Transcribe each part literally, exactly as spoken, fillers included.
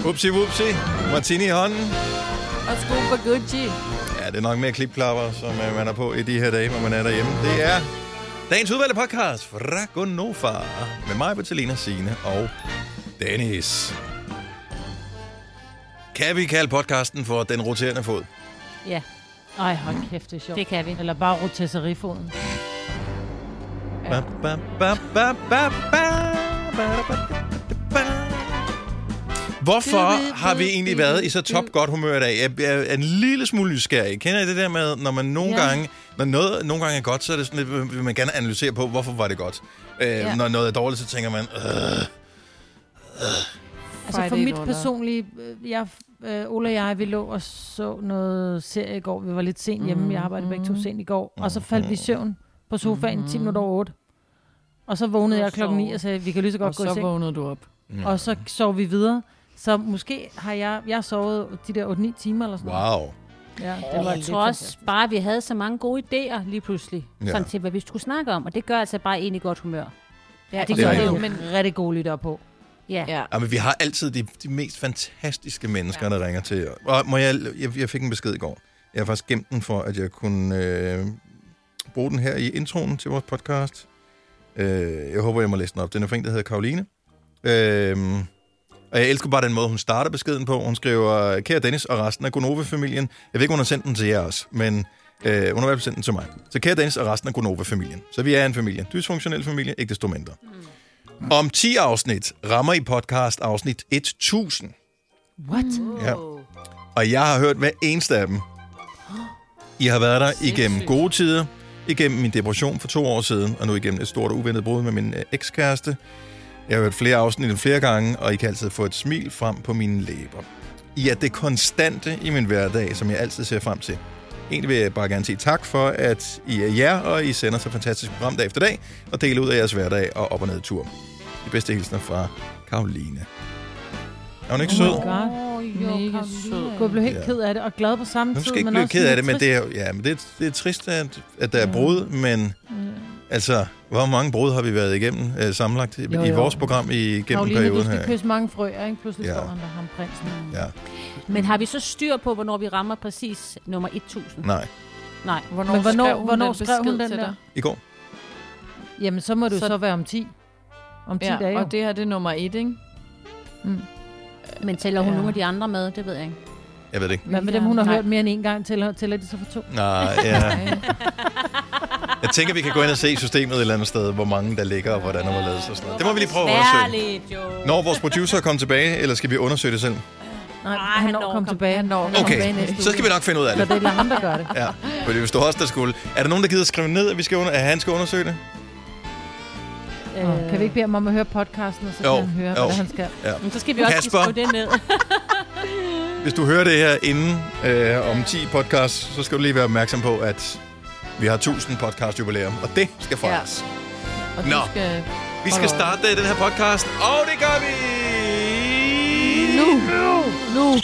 Upsi, upsi. Martini i hånden. Og sko for Gucci. Ja, det er nok mere klipklapper, som uh, man er på i de her dage, hvor man er derhjemme. Det er dagens udvalgte podcast fra Gonova med mig, Bettelina, Signe og Dennis. Kan vi kalde podcasten for Den Roterende Fod? Ja. Ej, hold kæft, det er sjovt. Det kan vi. Eller bare rotisseriefoden. Ja. Ba, ba, ba, ba, ba, ba, ba, ba. Hvorfor har vi egentlig været i så top godt humør i dag? Jeg er en lille smule nysgerrig. Kender I det der med, når man nogle ja. gange, når noget nogle gange er godt, så er det sådan lidt, vil man gerne analysere på, hvorfor var det godt. Øh, ja. Når noget er dårligt, så tænker man, øh, øh. Altså for mit personlige, jeg, øh, Ola og jeg, vi lå og så noget serie i går. Vi var lidt sent hjemme, jeg arbejdede begge to sent i går. Og så faldt vi i søvn på sofaen mm-hmm. ti minutter over otte. Og så vågnede jeg klokken ni og sagde, vi kan lige så godt og gå i seng. Og så vågnede du op. Ja. Og så sov vi videre. Så måske har jeg, jeg sovet de der otte ni timer eller sådan noget. Wow. Ja, det var var jeg tror også bare, at vi havde så mange gode idéer lige pludselig. Ja. Sådan til, hvad vi skulle snakke om. Og det gør altså bare en i godt humør. Ja, det gør det jo, men rigtig gode lytter på. Ja. Ja. Ja, men vi har altid de, de mest fantastiske mennesker, ja. der ringer til. Og må jeg, jeg, jeg fik en besked i går. Jeg har faktisk gemt den for, at jeg kunne øh, bruge den her i introen til vores podcast. Øh, jeg håber, jeg må læse den op. Den er for en, der hedder Karoline. Øh, og jeg elsker bare den måde, hun starter beskeden på. Hun skriver, kære Dennis og resten af Gonova-familien. Jeg ved ikke, hun har sendt den til jer også, men øh, hun har været sendt den til mig. Så kære Dennis og resten af Gonova-familien. Så vi er en familie. Dysfunktionel familie, ikke desto mindre. Mm. Om ti afsnit rammer I podcast afsnit tusind. What? Ja. Og jeg har hørt hver eneste af dem. I har været der igennem gode tider, igennem min depression for to år siden, og nu igennem et stort og uventet brud med min øh, ekskæreste. Jeg har hørt flere afsnit flere gange, og I kan altid få et smil frem på mine læber. I er det konstante i min hverdag, som jeg altid ser frem til. Egentlig vil jeg bare gerne sige tak for, at I er jer, og I sender så fantastisk program dag efter dag, og deler ud af jeres hverdag og op- og ned tur. De bedste hilsner fra Karoline. Er hun ikke oh sød? Oh, mega sød. Jeg blev helt ja. ked af det, og glad på samme tid. Hun skal ikke blive ked af det, men det er, ja, men det er, det er trist, at, at der er brud, men ja. altså, hvor mange brud har vi været igennem uh, sammenlagt jo, jo. i vores program igennem Karoline, perioden her? Karoline, du skal kysse mange frøer, ikke? Pludselig ja. står han der, ham prinsen. Ja. Men har vi så styr på, hvornår vi rammer præcis nummer tusind? Nej. Nej. Hvornår, men hvornår skrev hun, hvornår den, skrev hun den der? I går. Jamen, så må du så, så være om ti. Om ti ja, dage. Og det her, det er nummer et, ikke? Mm. Men tæller hun ja. nogle af de andre med? Det ved jeg ikke. Jeg ved det ikke. Hvad med dem, hun har Nej. hørt mere end en gang, tæller, tæller de så for to? Nej, ja. Jeg tænker, vi kan gå ind og se i systemet et eller andet sted, hvor mange der ligger, og hvordan der var lavet og sådan noget. Det må vi lige prøve at undersøge. Når vores producer kommer tilbage, eller skal vi undersøge det selv? Nej, han når komme tilbage. Han når okay, tilbage så skal vi nok finde ud af det. Så det er ham, der gør det. Ja, fordi hvis du også der skulle. Er der nogen, der gider skrive ned, at, vi skal under, at han skal undersøge det? Øh, kan vi ikke bede ham om at høre podcasten, og så jo, kan han høre, jo. hvad han skal? Ja. Men så skal vi også skrive det ned. Hvis du hører det her inden øh, om ti podcasts, så skal du lige være opmærksom på, at vi har tusind podcast jubilæum, og det skal fejres. Ja. Nå, skal vi skal starte den her podcast, og det gør vi nu. Nu. nu.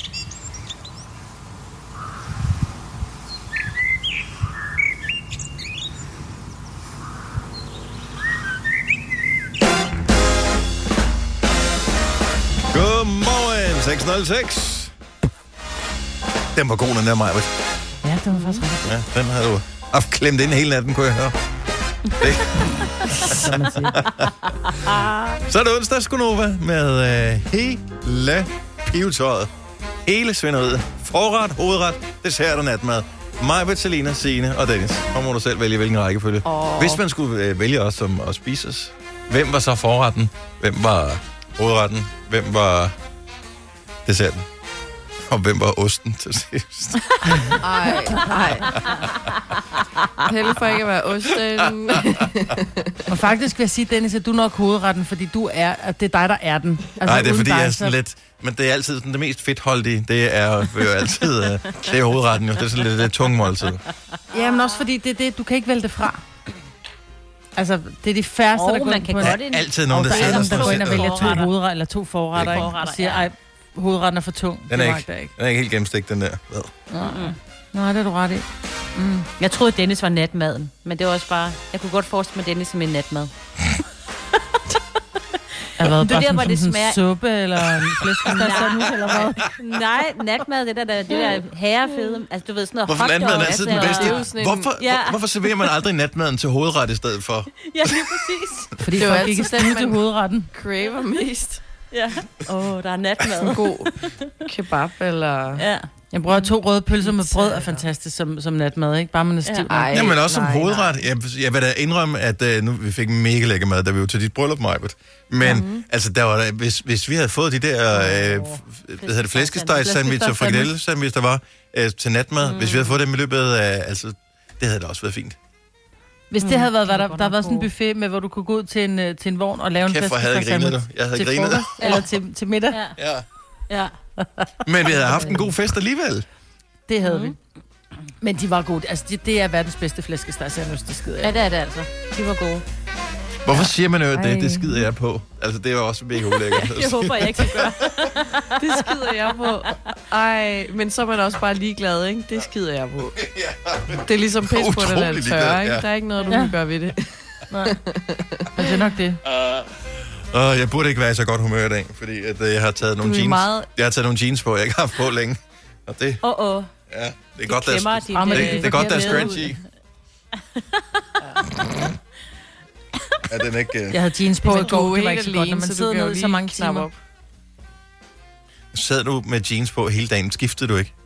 Godmorgen, seks nul seks. Den var god, den der, Maja. Ja, den var faktisk rigtig. Ja, den havde du haft klemt ind hele natten, kunne jeg høre. Så er det onsdags Gonova med øh, hele pivetøjet. Hele svineriet. Forret, hovedret, dessert og natmad. Mig, Bettelina, Signe og Dennis. Nu må du selv vælge, hvilken rækkefølge. Oh. Hvis man skulle øh, vælge os som at spises, hvem var så forretten? Hvem var hovedretten? Hvem var desserten? Og hvem var osten til sidst? Ej, nej. Helle for ikke at være osten. Og faktisk vil jeg sige, Dennis, at du er nok hovedretten, fordi du er, at det er dig, der er den. Altså, nej, det er fordi, dig, jeg er sådan så... lidt... Men det er altid sådan, det mest fedtholdige, det er jo altid... Uh, det er hovedretten jo, det er sådan lidt det tunge måltid. Ja, men også fordi, det er det, du kan ikke vælge det fra. Altså, det er de færreste, oh, der går man kan på godt en... altid nogen, der, der sidder der, der går ind og vælger to hovedretter, eller to forretter, ikke? Forretter, og siger, ej, hovedretten er for tung. Den er, ikke, ikke. Den er ikke helt gennemstegt, den der. Mm-hmm. Nej, det er du ret i. Mm. Jeg troede, Dennis var natmaden, men det var også bare... Jeg kunne godt forestille mig Dennis som en natmad. Har været Det er bare der, hvor sådan, det som en smager- suppe eller en flæskesteg eller hvad? Nej, natmad, det der, der, det der herrefede. Altså, du ved, sådan noget Hvorfor hotdog, natmaden er altid den altså, bedste? det er jo sådan en- Hvorfor, Ja. hvor, hvorfor serverer man aldrig natmaden til hovedret i stedet for? Ja, lige præcis. Fordi Det er jo folk ikke altid er den, skide til man- hovedretten. Craver mest. Ja. Åh, oh, der er natmad. En god kebab eller... Ja. Jeg bruger to røde pølser med Pizza, brød er eller- fantastisk som, som natmad, ikke? Bare man er stiv. Ja. Ej, Jamen også som nej, hovedret. nej. Jeg, jeg vil da indrømme, at uh, nu vi fik mega lækker mad, da vi var til dit bryllup, Majbert. Men mm-hmm. altså, der var der, hvis, hvis vi havde fået de der øh, f- hvad hedder det, flæskesteg-sandwich og frikadelle-sandwich, der var øh, til natmad, mm. hvis vi havde fået dem i løbet af, altså, det havde da også været fint. Hvis det havde været, Mm, var der, det er der godt var nok sådan en god. buffet med, hvor du kunne gå ud til en, øh, til en vogn og lave en Kæft, hvor havde jeg grinet, du. Jeg havde til grinet. frokost, eller til, til middag. Ja. Ja. Ja. Men vi havde haft en god fest alligevel. Det havde mm. vi. Men de var gode. Altså, det, det er verdens bedste flæskesteg, så jeg det skider Ja, jeg. det er det altså. De var gode. Hvorfor siger man jo det? Ej. Det skider jeg på. Altså, det var også mega ulækkert. Jeg håber, jeg ikke skal gøre. Det skider jeg på. Ej, men så er man også bare ligeglad, ikke? Det skider jeg på. Det er ligesom pis på den Utrolig der ligeglad, tørre, ikke? ja. Der er ikke noget, du Ja. kan gøre ved det. Nej. Men det er nok det. Uh, jeg burde ikke være i så godt humør i dag, fordi at, uh, jeg har taget nogle Du er jeans. meget- Jeg har taget nogle jeans på, jeg ikke har haft på længe. Og det, Åh, oh, oh. ja, det er godt, der Klemmer er, dit, Ah, men det, øh, det er godt, der er forkerte stretch led i. Er den ikke... Uh... Jeg havde jeans på i Men du er går, jo det var helt ikke så godt, når alene, man så du sidder kan jo ned i så lige mange knappe timer. op. Sad du med jeans på hele dagen? Skiftede du ikke?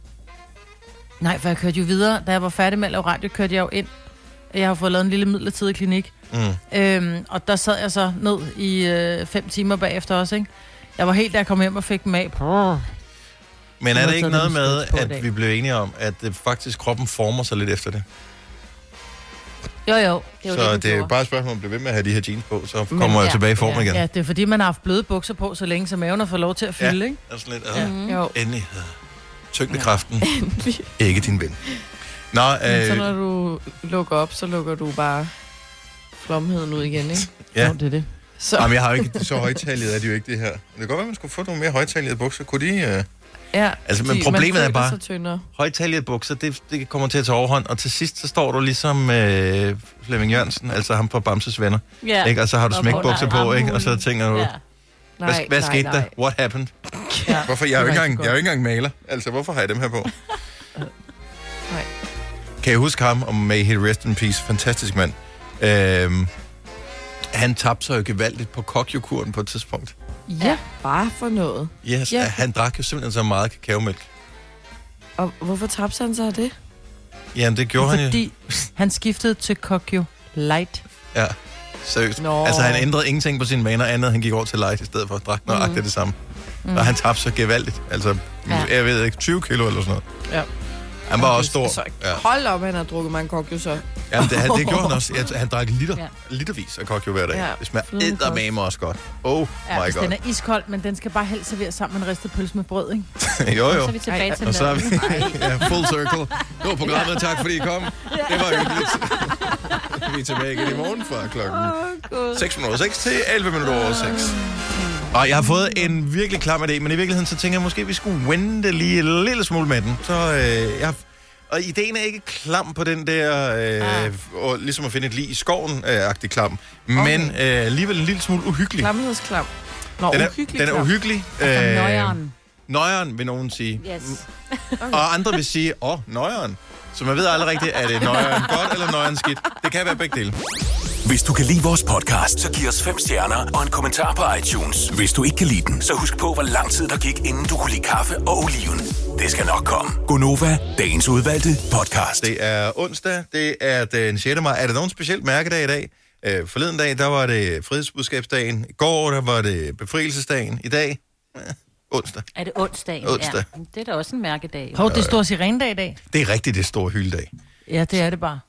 Nej, for jeg kørte jo videre. Da jeg var færdig med at lave radio, kørte jeg jo ind. Jeg har fået lavet en lille midlertidig klinik. Mm. Øhm, og der sad jeg så ned i øh, fem timer bagefter også, ikke? Jeg var helt, da jeg kom hjem og fik dem af. Men Du er har det ikke taget noget den med, stretch på i at dag. vi blev enige om, at det faktisk kroppen former sig lidt efter det? Jo, jo. Det er jo Så det, det er gjorde. bare et spørgsmål om at blive ved med at have de her jeans på, så Men kommer jeg ja, tilbage i form ja, igen. Ja, det er fordi, man har haft bløde bukser på, så længe så maven har fået lov til at fylde, Ja. ikke? Og sådan lidt, Ja. uh, Jo. endelig. Uh, tyngdekraften. Ikke din ven. Nå, Men så øh, når du lukker op, så lukker du bare flomheden ud igen, ikke? ja. Jo, det er det. Så Jamen, jeg har jo ikke så højtaget, er de jo ikke det her. Det kan godt være, at man skulle få nogle mere højtalede bukser. Kunne de... Øh... ja, Altså, men fordi problemet man er føler bare- sig tyndere. Højtalede bukser, det, det kommer til at tage overhånd, og til sidst, så står du ligesom øh, Flemming Jørgensen, altså ham på Bamses Venner, Ja. ikke? Og så har du Og smækbukser på- på, ikke? Og så armhulen. tænker du, Ja. hvad, Nej, hvad nej, skete nej. der? What happened? Ja. Hvorfor? Jeg er jo Det ikke var engang, rigtig jeg er jo ikke engang maler. Altså, hvorfor har jeg dem her på? Nej. Kan I huske ham, og may he rest in peace, fantastisk mand. Øhm, han tabte sig jo gevaldigt på kokjokuren på et tidspunkt. Ja. Bare for noget. Yes, Ja. han drak jo simpelthen så meget kakaomælk. Og hvorfor tabte han sig af det? Jamen, det gjorde han jo. Fordi han skiftede til Kokyo Light. Ja, seriøst. Nå. Altså, han ændrede ingenting på sine vaner andet, han gik over til light i stedet for at drikke nøjagtigt mm. det samme. Mm. Og han tabte sig gevaldigt. Altså, Ja. jeg ved ikke, tyve kilo eller sådan noget. Ja. Han var også stor. Så Ja. hold op, han har drukket mange kokjo så. Jamen, det, det gjorde han også. Jeg, han drak liter, Ja. litervis af kokjo hver dag. Ja. Det smager Flydende kost. eddermame også godt. Oh Ja, my hvis god. den er iskold, men den skal bare helst serveres sammen med en ristet pølse med brød, ikke? jo, Så jo. er vi tilbage Ej, til Og så er maden. vi ja, full circle. Det var programmet. Tak fordi I kom. Det var hyggeligt. Vi er tilbage igen i morgen fra klokken seks minutter seks til elleve minutter over seks. Og jeg har fået en virkelig klam idé, men i virkeligheden så tænker jeg måske, at vi skulle vente lige en lille smule med den. Så øh, jeg har og ideen er ikke klam på den der, øh, ah. og ligesom at finde et lig i skoven, øh, agtig klam. Men øh, alligevel en lille smule uhyggelig. Klamhedsklam. Nå, Den er, uhyggelig den er klam. uhyggelig. Altså, Øh, nøjeren. nøjeren vil nogen sige. Yes. Og andre vil sige, åh, oh, nøjeren. Så man ved aldrig rigtigt, er det nøjeren godt eller nøjeren skidt. Det kan være begge dele. Hvis du kan lide vores podcast, så giv os fem stjerner og en kommentar på iTunes. Hvis du ikke kan lide den, så husk på, hvor lang tid der gik, inden du kunne lide kaffe og oliven. Det skal nok komme. Gonova, dagens udvalgte podcast. Det er onsdag, det er den sjette maj. Er der nogen specielt mærkedag i dag? Øh, forleden dag, der var det frihedsbudskabsdagen. I går, der var det befrielsesdagen. I dag, eh, onsdag. Er det onsdag? Onsdag. Ja. Det er da også en mærkedag. Hov, det er stor sirenedag i dag. Det er rigtigt, det er store hyldedag. Ja, det er det bare.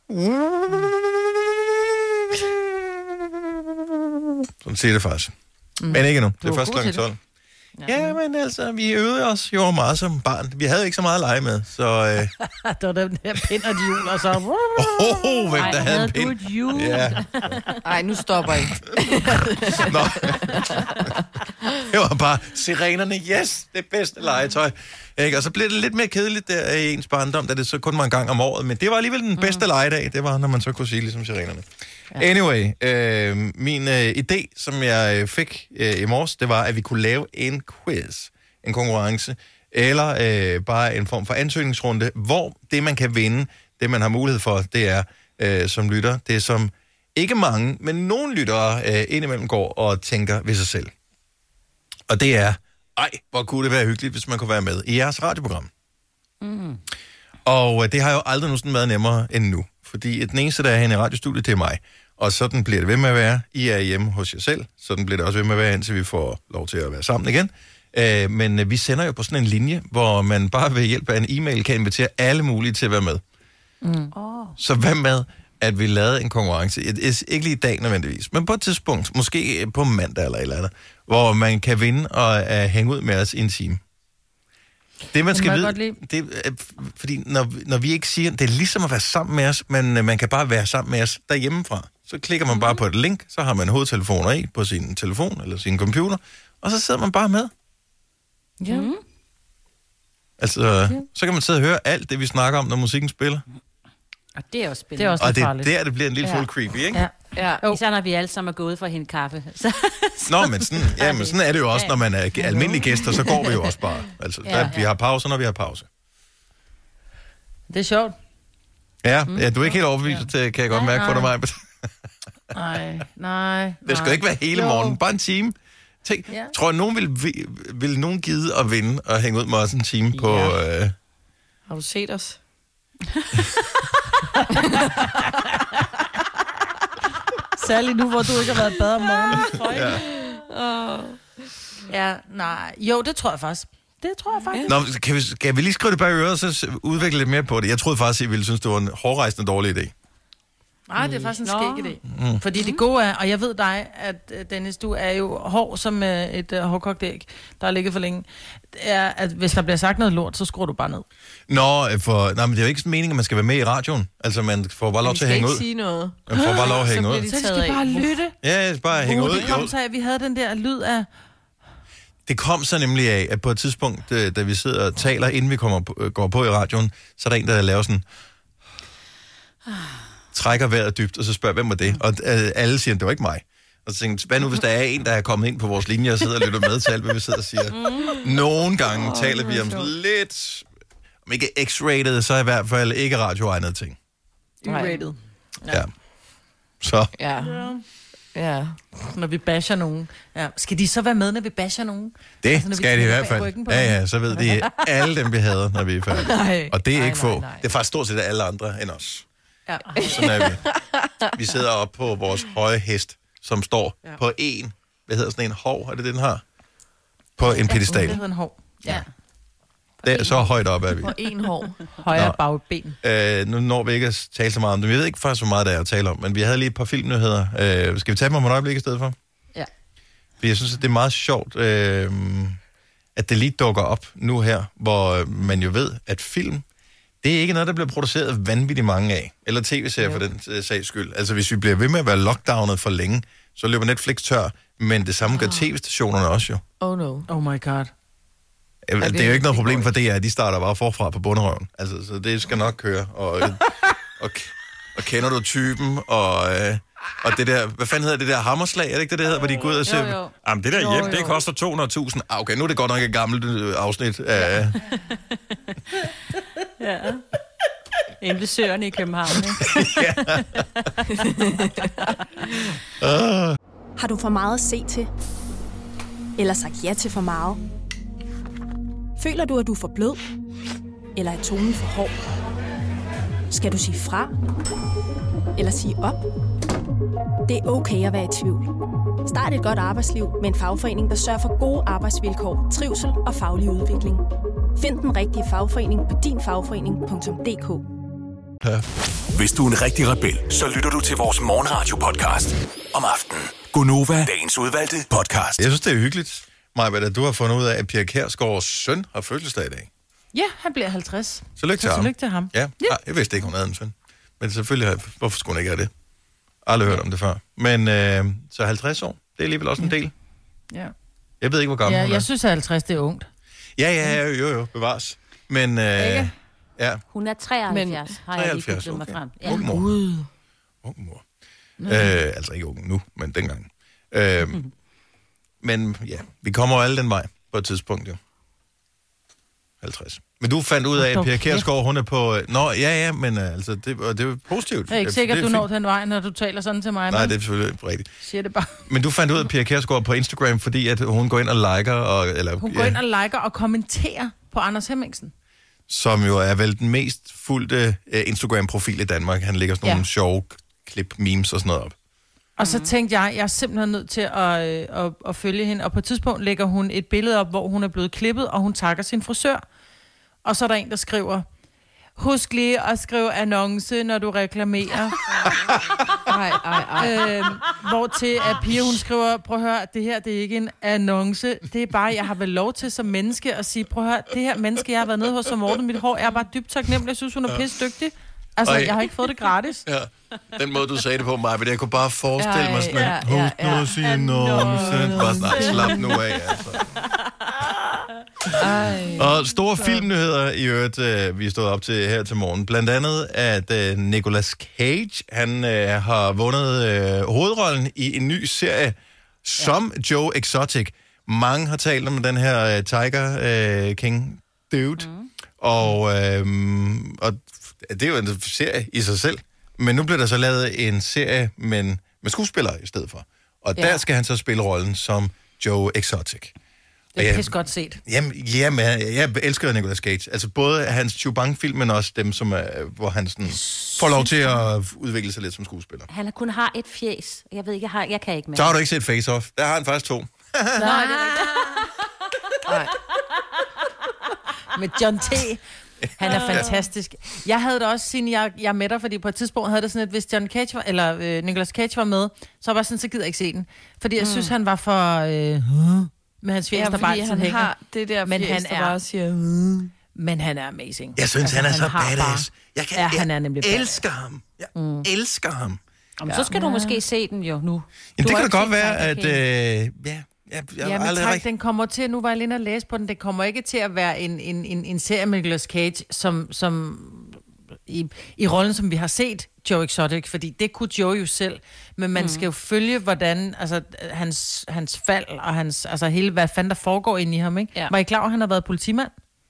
Sådan siger det faktisk. Mm. Men ikke nu. Det er var først god klokken til det. tolv. Ja, men altså, vi øvede os jo meget som barn. Vi havde ikke så meget at lege med, så... Øh... Der var den der pind og de hjul, og så... Oh, hvem Ej, der havde en havde du pind. et hjul? Ja. Ej, nu stopper I. Nå. Det var bare sirenerne, yes, det bedste legetøj. Ikke? Og så blev det lidt mere kedeligt der i ens barndom, da det så kun var en gang om året. Men det var alligevel den bedste mm. legedag, det var, når man så kunne sige ligesom sirenerne. Ja. Anyway, øh, min øh, idé, som jeg fik øh, i morges, det var, at vi kunne lave en quiz, en konkurrence, eller øh, bare en form for ansøgningsrunde, hvor det, man kan vinde, det, man har mulighed for, det er, øh, som lytter, det er som ikke mange, men nogle lyttere øh, indimellem går og tænker ved sig selv. Og det er, ej, hvor kunne det være hyggeligt, hvis man kunne være med i jeres radioprogram. Mm. Og øh, det har jo aldrig nogensinde været nemmere end nu. Fordi den eneste, der er herinde i radiostudiet, det er mig. Og sådan bliver det ved med at være. I er hjemme hos jer selv. Sådan bliver det også ved med at være, indtil vi får lov til at være sammen igen. Øh, men øh, vi sender jo på sådan en linje, hvor man bare ved hjælp af en e-mail kan invitere alle mulige til at være med. Mm. Oh. Så hvad med, at vi lavede en konkurrence? Ikke lige i dag nødvendigvis, men på et tidspunkt, måske på mandag eller et eller andet, hvor man kan vinde og uh, hænge ud med os i en time. Det, man skal vide, det er, fordi når, når vi ikke siger, det er ligesom at være sammen med os, men uh, man kan bare være sammen med os derhjemmefra. Så klikker man mm. bare på et link, så har man hovedtelefoner i på sin telefon eller sin computer, og så sidder man bare med. Ja. Mm. Altså, ja. Så kan man sidde og høre alt det, vi snakker om, når musikken spiller. Og det er også spændende. Det er også og det er farligt. der, det bliver en lille ja. Fuld creepy, ikke? Ja. Ja. Oh. Især når vi alle sammen er gået for at hente kaffe. Så, Nå, men sådan, ja, men sådan er det jo også, når man er almindelige gæster, så går vi jo også bare. Altså, ja, der, vi har pauser, når vi har pause. Det er sjovt. Ja, ja du er ikke helt overbevist, ja. Kan jeg godt nej, mærke nej. For dig, Maja. Nej, nej. Det skal ikke være hele jo. Morgen, bare en time. Tænk, ja. Tror jeg, nogen vil, vil nogen gide at vinde og hænge ud med os en time ja. På... Øh... Har du set os? Særligt nu, hvor du ikke har været bad om morgenen. Ja. Oh. Ja, nej. Jo, det tror jeg faktisk. Det tror jeg faktisk. Nå, kan vi, kan vi lige skrive det bag øret, og så udvikle lidt mere på det? Jeg troede faktisk, I ville synes, det var en hårdrejsende dårlig idé. Nej, det er faktisk en skæg idé. Mm. Fordi det gode er, og jeg ved dig, at Dennis, du er jo hård som et uh, hårdkogt æg, der har ligget for længe, er, at hvis der bliver sagt noget lort, så skruer du bare ned. Nå, for, nej, men det er jo ikke meningen, at man skal være med i radioen. Altså, man får bare lov til at hænge ud. Man skal ikke sige noget. Man får bare lov at hænge ud. Så de skal bare lytte. Ja, bare hænge uh, ud. Det kom så af, at vi havde den der lyd af... Det kom så nemlig af, at på et tidspunkt, da vi sidder og taler, inden vi kommer på, går på i radioen, så er der en, der laver sådan... trækker vejret dybt, og så spørger, hvem var det? Og øh, alle siger, det var ikke mig. Og så tænkte hvad nu, hvis der er en, der er kommet ind på vores linje og sidder og lytter med til alt, hvad vi sidder og siger. Mm. Nogle gange oh, taler vi om lidt, om ikke x-rated, så i hvert fald ikke radioegnede ting. U-rated. Ja. ja. Så. Ja. Ja. Når vi basher nogen. Ja. Skal de så være med, når vi basher nogen? Det altså, skal de i hvert fald. Ja, ja, så ved de alle dem, vi havde, når vi er færdige. Nej. Og det er ikke nej, nej, få. Nej. Det er faktisk stort set alle andre end os. Ja. Sådan er vi. Vi sidder oppe på vores høje hest, som står ja. På en, hvad hedder sådan en hov, er det den har? På en pedestal. Ja, det hedder en hov. Ja. Det er så højt op er vi. På en hov. Højre bagben. Øh, nu når vi ikke at tale så meget om det. Jeg ved ikke faktisk, hvor meget der er at tale om, men vi havde lige et par filmnyheder. Øh, skal vi tage dem om et øjeblik i stedet for? Ja. For jeg synes, at det er meget sjovt, øh, at det lige dukker op nu her, hvor man jo ved, at film, det er ikke noget, der bliver produceret vanvittigt mange af. Eller tv-serier for den uh, sags skyld. Altså, hvis vi bliver ved med at være lockdownet for længe, så løber Netflix tør, men det samme gør tv-stationerne også jo. Oh no. Oh my god. Ja, det er jo ikke noget problem for det, at de starter bare forfra på bunderøven. Altså, så det skal nok køre. Og, og, og kender du typen, og, øh, og det der, hvad fanden hedder det der hammerslag? Er det ikke det, der hedder, hvor de går ud og siger, jo, jo. Jamen, det der hjem, jo, jo. Det koster to hundrede tusind. Ah, okay, nu er det godt nok et gammelt afsnit af... Ja. Inde ved søerne i København, ikke? Ja. uh. Har du for meget at se til? Eller sagt ja til for meget? Føler du, at du er for blød? Eller er tonen for hård? Skal du sige fra? Eller sige op? Det er okay at være i tvivl. Start et godt arbejdsliv med en fagforening, der sørger for gode arbejdsvilkår, trivsel og faglig udvikling. Find den rigtige fagforening på din fagforening punktum d k. Hvis du er en rigtig rebel, så lytter du til vores morgenradio-podcast om aftenen. Gonova, dagens udvalgte podcast. Jeg synes, det er hyggeligt, Maja, at du har fundet ud af, at Pia Kjærsgaards søn har fødselsdag i dag. Ja, han bliver halvtreds. Så lykke til så ham. Lykke til ham. Ja, ja. Jeg vidste ikke, hun havde en søn. Men selvfølgelig, hvorfor skulle hun ikke have det? Aldrig hørt om det før. Men øh, så halvtreds år, det er alligevel også en del. Ja. Jeg ved ikke, hvor gammel Ja, hun er. jeg synes, at halvtreds det er ungt. Ja, ja, jo, jo, bevares. Men, øh, ja. Hun er treoghalvfjerds, Men, har jeg lige treoghalvfjerds, googlet mig okay. frem. Ja. Ung mor. Ung mor. Øh, altså ikke ung nu, men dengang. Øh, men ja, vi kommer jo alle den vej på et tidspunkt, jo. halvtreds. Men du fandt ud af, at Pia Kjærsgaard, hun er på... Nå, ja, ja, men altså, det, det er jo positivt. Jeg er ikke sikker, det at du fint. når den vej, når du taler sådan til mig. Nej, men det er selvfølgelig ikke rigtigt. siger det bare. Men du fandt ud af, at Pia Kjærsgaard på Instagram, fordi at hun går ind og liker... Og, eller, Hun går ja, ind og liker og kommenterer på Anders Hemmingsen. som jo er vel den mest fulgte uh, Instagram-profil i Danmark. Han lægger sådan Ja. nogle sjove klip, memes og sådan noget op. Og så tænkte jeg, jeg er simpelthen nødt til at, øh, at, at følge hende. Og på et tidspunkt lægger hun et billede op, hvor hun er blevet klippet, og hun takker sin frisør. Og så er der en, der skriver, husk lige at skrive annonce, når du reklamerer. Ej, ej, ej. øhm, hvor til at Pia, hun skriver, prøv at høre, det her, det er ikke en annonce. Det er bare, jeg har vel lov til som menneske at sige, prøv at høre, det her menneske, jeg har været nede hos som Morten, mit hår, jeg er bare dybt taknemmelig. Jeg synes, hun er pisse dygtig. Altså, Ej. jeg har ikke fået det gratis. Ja, den måde, du sagde det på mig, men jeg kunne bare forestille Ej, mig sådan, ja, at ja, husk nu ja. at sige annonce. Bare snart slap nu af, altså. Ej. Og store filmnyheder i øvrigt, øh, vi er stået op til her til morgen. Blandt andet, at øh, Nicolas Cage, han øh, har vundet øh, hovedrollen i en ny serie som ja. Joe Exotic. Mange har talt om den her øh, Tiger øh, King dude. Mm. Og, øh, og det er jo en serie i sig selv. Men nu bliver der så lavet en serie men med skuespillere i stedet for. Og ja. der skal han så spille rollen som Joe Exotic. Det er pisse godt set. Jamen, jamen, jeg, jeg elsker Nicolas Cage. Altså både hans Chewbang-film, men også dem, som er, hvor han sådan får lov til at udvikle sig lidt som skuespiller. Han kun har et fjes. Jeg ved ikke, jeg, har, jeg kan ikke mere. Så har du ikke set Face Off. Der har han faktisk to. Nej, det er rigtigt. Nej. Med John T. Han er fantastisk. Jeg havde det også, siden jeg, jeg er med dig, fordi på et tidspunkt havde det sådan, at hvis John Cage var, eller øh, Nicolas Cage var med, så var jeg sådan, så gider jeg ikke se den. Fordi jeg mm. synes, han var for... Øh, med hans fjes, Ja, der bare fordi altid han hænger. har det der Men fjes, han der er- bare siger... Mm. Men han er amazing. Jeg synes, altså, han er han så har badass. bare- Jeg, kan, Ja, han er jeg nemlig elsker ham. Jeg mm. elsker ham. Jamen, så skal du måske se den jo nu. Jamen, Du det har kan da ikke godt set være, at... Tiger Øh, King. ja, jeg, jeg, Ja, jeg men aldrig tak, rigtig... den kommer til, nu var jeg lige inde og læse på den, det kommer ikke til at være en, en, en, en serie med Nicolas Cage, som, som i, i rollen, som vi har set Joe Exotic, fordi det kunne Joe jo selv, men man mm. skal jo følge, hvordan, altså, hans, hans fald, og hans, altså hele, hvad fanden der foregår inde i ham, ikke? Ja. Var I klar over, at han har været politimand?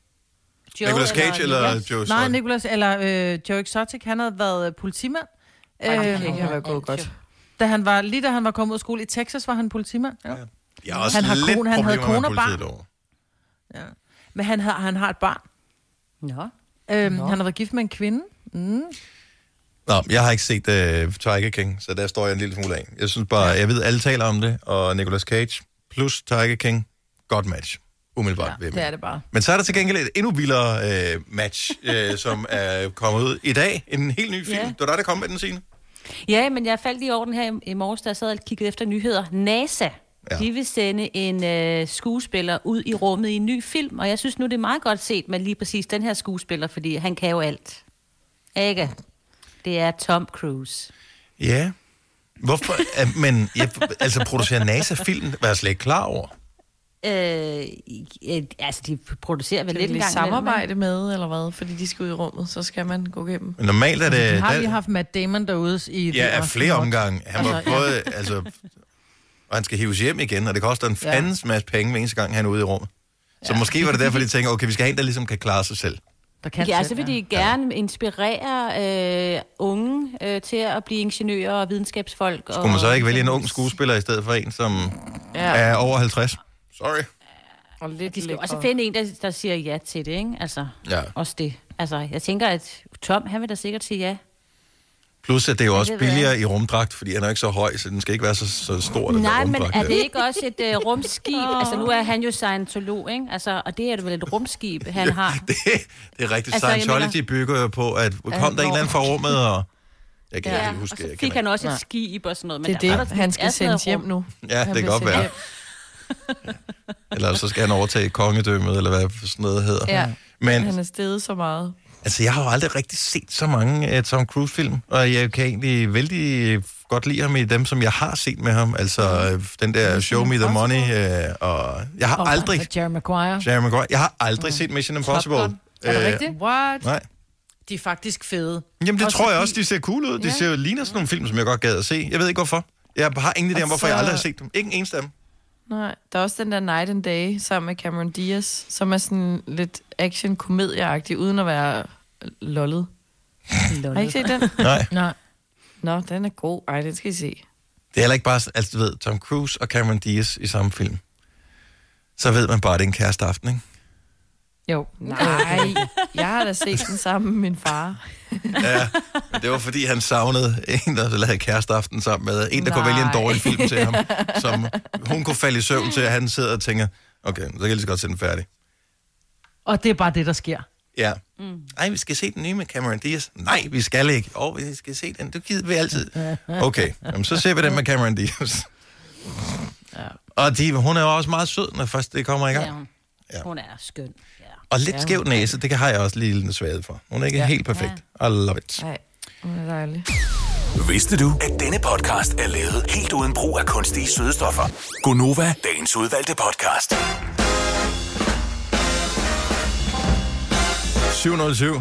Joe Nicolas Cage eller Nicolas? Joe Nej, Exotic? Nicolas, eller øh, Joe Exotic, han havde været øh, politimand. Ej, det Øh, kan ikke have været gået godt. da han var, lige da han var kommet ud af skole i Texas, var han politimand. Ja. Jeg har også Han har lidt kone- han havde problemer med kone og politiet barn. derovre. Men han har, han har et barn. Nå. Øhm, han har været gift med en kvinde. Mm. Nå, jeg har ikke set uh, Tiger King, så der står jeg en lille smule af. Jeg synes bare, jeg ved, alle taler om det, og Nicolas Cage plus Tiger King, godt match. Umiddelbart Ja, ved det er det bare. Men så er der til gengæld et endnu vildere uh, match, uh, som er kommet ud i dag. En helt ny film. Ja. Det var dig, der kom med den, Signe. Ja, men jeg faldt lige over den her i, i morges, da jeg sad og kiggede efter nyheder. NASA, Ja. ja. de vil sende en øh, skuespiller ud i rummet i en ny film, og jeg synes nu, det er meget godt set med lige præcis den her skuespiller, fordi han kan jo alt. Ikke? Det er Tom Cruise. Ja. Hvorfor? uh, men jeg, altså, producerer NASA-film, var jeg slet ikke klar over. Øh, øh, altså, de producerer vel Det er lidt en lidt gang samarbejde med, eller hvad? Fordi de skal ud i rummet, så skal man gå igennem. Men normalt er det... Vi har der- lige haft Matt Damon derude i... Ja, af flere omgange. Han var Altså, ja. både, altså, og han skal hives hjem igen, og det koster en Ja. fandens masse penge, hver eneste gang han er ude i rummet. Så ja. måske var det derfor, de tænker, okay, vi skal have en, der ligesom kan klare sig selv. Der kan Ja, selv, altså vil de gerne inspirere øh, unge øh, til at blive ingeniører og videnskabsfolk. Skulle man så ikke vælge en ung skuespiller i stedet for en, som Ja. er over halvtreds? Sorry. Og lidt De skal jo også lækre. finde en, der, der siger ja til det, ikke? Altså, Ja. også det. Altså, jeg tænker, at Tom, han vil da sikkert sige ja. Plus, at det er jo også det ved billigere i rumdragt, fordi han er jo ikke så høj, så den skal ikke være så, så stor, den Nej, der men rumdragt. er der. det ikke også et uh, rumskib? Altså, nu er han jo scientolog, ikke? Altså, og det er det vel et rumskib, han har. det, det er rigtigt. Altså, jeg Scientology bygger jo på, at kom der en eller anden fra rummet, og... Jeg kan Ja, ikke huske, og så jeg fik kender han også et Nej. skib og sådan noget. Men Det er der det, var- han er skal sådan noget sendes hjem rum. nu. Ja, Han det kan bliver godt sendt være. hjem. Eller så skal han overtage kongedømmet, eller hvad sådan noget hedder. Ja, Men han er steget så meget. altså, jeg har jo aldrig rigtig set så mange uh, Tom Cruise-film, og jeg kan egentlig vældig godt lide ham i dem, som jeg har set med ham. Altså øh, den der Show Me the Money, øh, og jeg har Og aldrig... Jerry Maguire. Jerry Maguire. Jeg har aldrig set Mission Impossible. Er det Øh, rigtigt? What? Nej. De er faktisk fede. Jamen, det Også tror jeg fordi- også, de ser cool ud. De Ja. ser jo ligner sådan nogle film, som jeg godt gad at se. Jeg ved ikke, hvorfor. Jeg har ingen idé om, Og hvorfor jeg så- aldrig har set dem. Ikke en eneste af dem. Nej, der er også den der Night and Day sammen med Cameron Diaz, som er sådan lidt action-komedieagtig, uden at være lollet. Har I ikke set den? Nej. Nej. Nå, den er god. Ej, den skal I se. Det er heller ikke bare, sådan- altså du ved, Tom Cruise og Cameron Diaz i samme film. Så ved man bare, at det er en kæresteaften, ikke? Jo. Nej, jeg har da set den sammen med min far. Ja, men det var fordi, han savnede en, der lavede kæresteaften sammen med en, der Nej. kunne vælge en dårlig film til ham, som hun kunne falde i søvn til, at han sidder og tænker, okay, så kan jeg lige så godt se den færdig. Og det er bare det, der sker. Ja. Mm. Ej, vi skal se den nye med Cameron Diaz. Nej, vi skal ikke. Åh, oh, vi skal se den. Du gider vi altid. Okay, jamen, så ser vi den med Cameron Diaz. Ja. Og de, hun er jo også meget sød, når først det kommer i gang. Ja, hun, Ja. hun er skøn. Ja. Og lidt skæv næse, det har jeg også lige lidt sværet for. Hun er ikke ja. helt perfekt. I love it. Nej, hun er dejlig. Vidste du, at denne podcast er lavet helt uden brug af kunstige sødestoffer? Gonova, dagens udvalgte podcast. syv nul syv.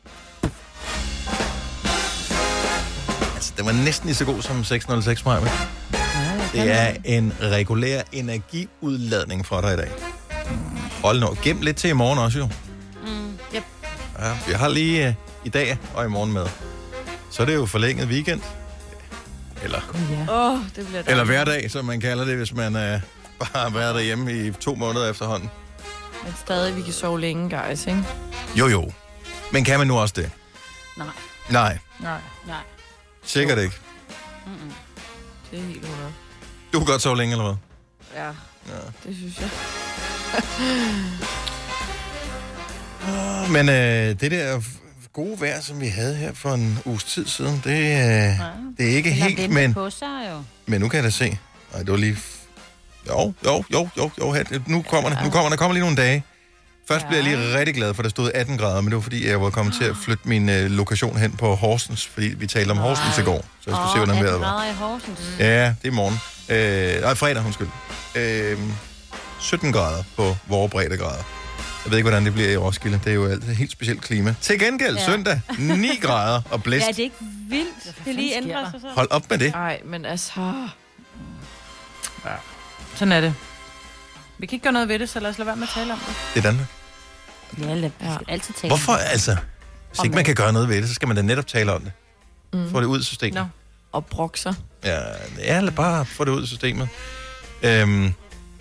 Altså, det var næsten lige så god som seks nul seks, Maja. Det er en regulær energiudladning fra dig i dag. Hold nu, gem lidt til i morgen også, jo. Mm, yep. Ja, vi har lige uh, i dag og i morgen med. Så er det jo forlænget weekend. Eller, Åh, oh, det bliver dejligt. eller hverdag, som man kalder det, hvis man uh, bare har været derhjemme i to måneder efterhånden. Men stadig, vi kan sove længe, guys, ikke? Jo, jo. Men kan man nu også det? Nej, Nej, Nej. nej. sikkert ikke. Mm-mm. Det er helt hundrede. Du kan godt sove længe, eller hvad? Ja, Ja. det synes jeg. Men øh, det der gode vejr, som vi havde her for en uges tid siden, det, øh, det er ikke Eller helt, vente men, på sig jo. men nu kan jeg da se. Nej, det var lige... Jo, jo, jo, jo, jo, her- nu kommer det. Nu kommer der kommer lige nogle dage. Først blev jeg lige rigtig glad, for der stod atten grader, men det var fordi, jeg var kommet til at flytte min øh, lokation hen på Horsens, fordi vi talte om Horsens i går, så jeg skulle se, hvordan vejret var. grader i Horsens. Ja, det er i morgen. Øh, nej, fredag, undskyld. Øh, sytten grader på vores breddegrader. Jeg ved ikke, hvordan det bliver i Roskilde. Det er jo altid et helt specielt klima. Til gengæld Ja. søndag, ni grader og blæst. Ja, det er ikke vildt. Det lige fanden sker ændrer der? sig så. Hold op med det. Ej, men altså... Sådan er det. Vi kan ikke gøre noget ved det, så lad os lade være med at tale om det. Det er Danmark. Ja, lad, ja. altid tale. Hvorfor altså? Hvis ikke man kan gøre noget ved det, så skal man da netop tale om det. Mm. Få det ud af systemet. Nå. Og brokser. Ja, ja, lad bare få det ud af systemet. Øhm,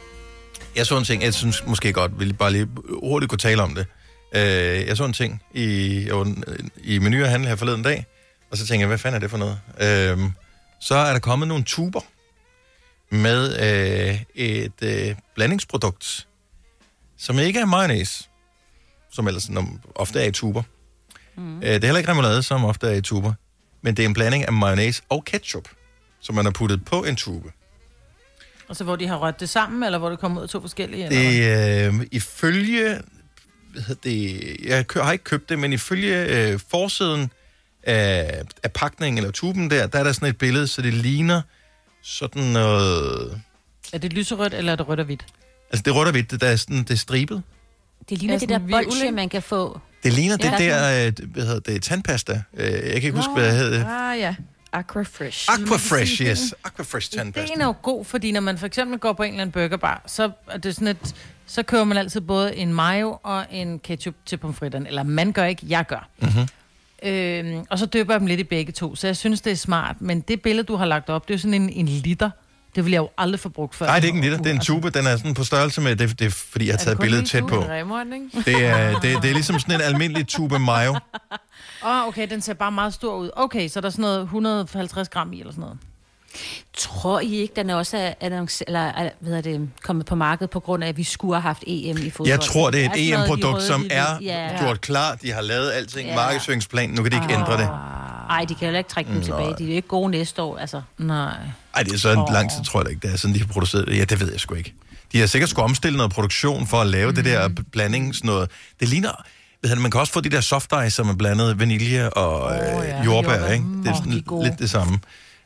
jeg så en ting, jeg synes måske godt, vi bare lige hurtigt kunne tale om det. Øh, jeg så en ting i, jeg var i Meny og Handel her forleden dag, og så tænkte jeg, hvad fanden er det for noget? Øhm, så er der kommet nogle tuber med øh, et øh, blandingsprodukt, som ikke er mayonnaise, som ellers som ofte er i tuber. Mm. Øh, det er heller ikke remoulade, som ofte er i tuber, men det er en blanding af mayonnaise og ketchup, som man har puttet på en tube. Og så hvor de har rødt det sammen, eller hvor det kommer ud af to forskellige? Eller hvad? Det, øh, ifølge, hvad hedder det, jeg kø- har ikke købt det, men ifølge øh, forsiden af, af pakningen eller tuben der, der er der sådan et billede, så det ligner sådan noget... Er det lyserødt, eller er det rødt og hvidt? Altså det er rødt og hvidt, det, der er sådan, det er stribet. Det ligner Ja, det der sådan en bolsje, violin. man kan få. Det ligner Ja, det der, øh, hvad hedder det, tandpasta. Øh, jeg kan ikke huske, hvad det hedder. Ah ja, Aquafresh. Aquafresh, yes. Aquafresh tandpasta. Det er jo god, fordi når man for eksempel går på en eller anden burgerbar, så er det sådan et, så køber man altid både en mayo og en ketchup til pomfritterne. Eller man gør ikke, jeg gør. Mm-hmm. Øhm, og så døber jeg dem lidt i begge to, så jeg synes, det er smart. Men det billede, du har lagt op, det er jo sådan en, en liter. Det vil jeg jo aldrig få brugt før. Nej, det er ikke en liter, det er en tube. Den er sådan på størrelse med, det, det er fordi, jeg har taget billedet tæt på. En remund, ikke? Det er, det, det er ligesom sådan en almindelig tube mayo. Åh, oh, okay, den ser bare meget stor ud. Okay, så er der sådan noget et hundrede og halvtreds gram i, eller sådan noget. Tror I ikke, den er også er, annonce- eller, er, hvad er det, kommet på markedet på grund af, at vi skulle have haft E M i fodbold? Jeg tror, det er sådan et noget, de E M-produkt, røde, som de er hvide- ja. gjort klar. De har lavet alting. Ja. Markedsføringsplan. Nu kan de ikke ændre det. Ej, de kan heller ikke trække dem tilbage. De er jo ikke gode næste år, altså. Nej. Ej, det er så oh. lang tid, tror jeg ikke. Det er sådan, de har produceret det. Ja, det ved jeg sgu ikke. De har sikkert skulle omstille noget produktion for at lave mm. det der blanding, sådan noget. Det ligner... Ved han, man kan også få de der soft ice, som er blandet vanilje og oh, øh, ja. jordbær, Jordbær. ikke? Det er Åh, sådan de er gode. lidt det samme.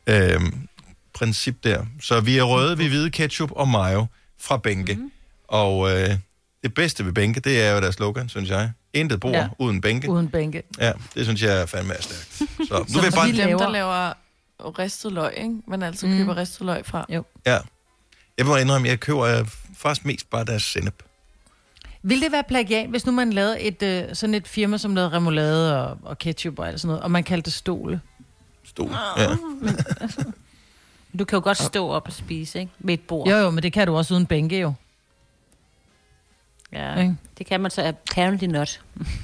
øhm, princip der. Så vi er røde, vi er hvide, ketchup og mayo fra Bænke. Mm-hmm. Og øh, det bedste ved Bænke, det er jo deres slogan, synes jeg. Intet bord ja. uden bænke. Uden bænke. Ja, det synes jeg er fandme er stærkt. Så nu så vil jeg bare... vi dem, der laver ristet løg, ikke? Man altid mm. køber ristet løg fra. Jo. Ja. Jeg må indrømme, jeg køber faktisk mest bare deres sennep. Vil det være plagiat, hvis nu man lavede et, øh, sådan et firma, som lavede remoulade og, og ketchup og alt sådan noget, og man kaldte det Stole? Stole, ja. Men, altså, du kan jo godt stå op og spise, ikke? Med et bord. Jo, jo, men det kan du også uden bænke, jo. Ja, okay. Det kan man så apparently not.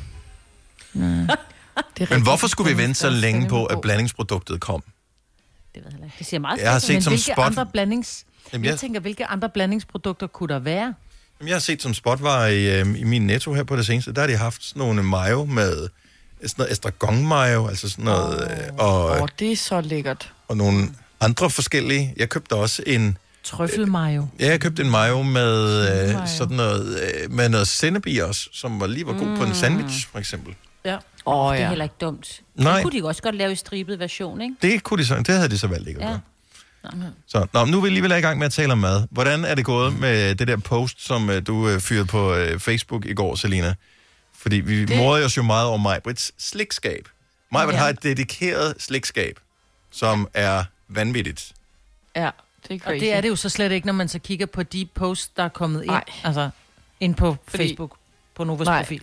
Men hvorfor skulle vi vente så længe på, at blandingsproduktet kom? Det ved jeg ikke. Det siger meget. Jeg har set men som hvilke spot... andre blandings... Jamen, jeg... jeg... jeg tænker, hvilke andre blandingsprodukter kunne der være? Jamen, jeg har set som spotvarer i, øh, i min Netto her på det seneste, der har de haft sådan nogle mayo med sådan noget estragon mayo, altså sådan noget... Åh, øh, og, oh, det er så lækkert. Og nogle andre forskellige. Jeg købte også en... Trøffelmayo. Ja, jeg købte en mayo med øh, sådan noget, øh, med noget sennep i også, som var lige var god mm. på en sandwich, for eksempel. Ja. Åh, oh, det er ja. heller ikke dumt. Nej. Det kunne de også godt lave i stribet version, ikke? Det kunne de så, det havde de så valgt ikke at gøre. Ja. Så, nå, nu er vi alligevel i gang med at tale om mad. Hvordan er det gået med det der post, som uh, du uh, fyrede på uh, Facebook i går, Selina? Fordi vi det... morede os jo meget over Majbrits slikskab. Majbrit ja. har et dedikeret slikskab, som er vanvittigt. Ja, det er crazy. Og det er det jo så slet ikke, når man så kigger på de posts, der er kommet ind. Nej. Altså, ind på Fordi... Facebook, på Novas Nej. profil.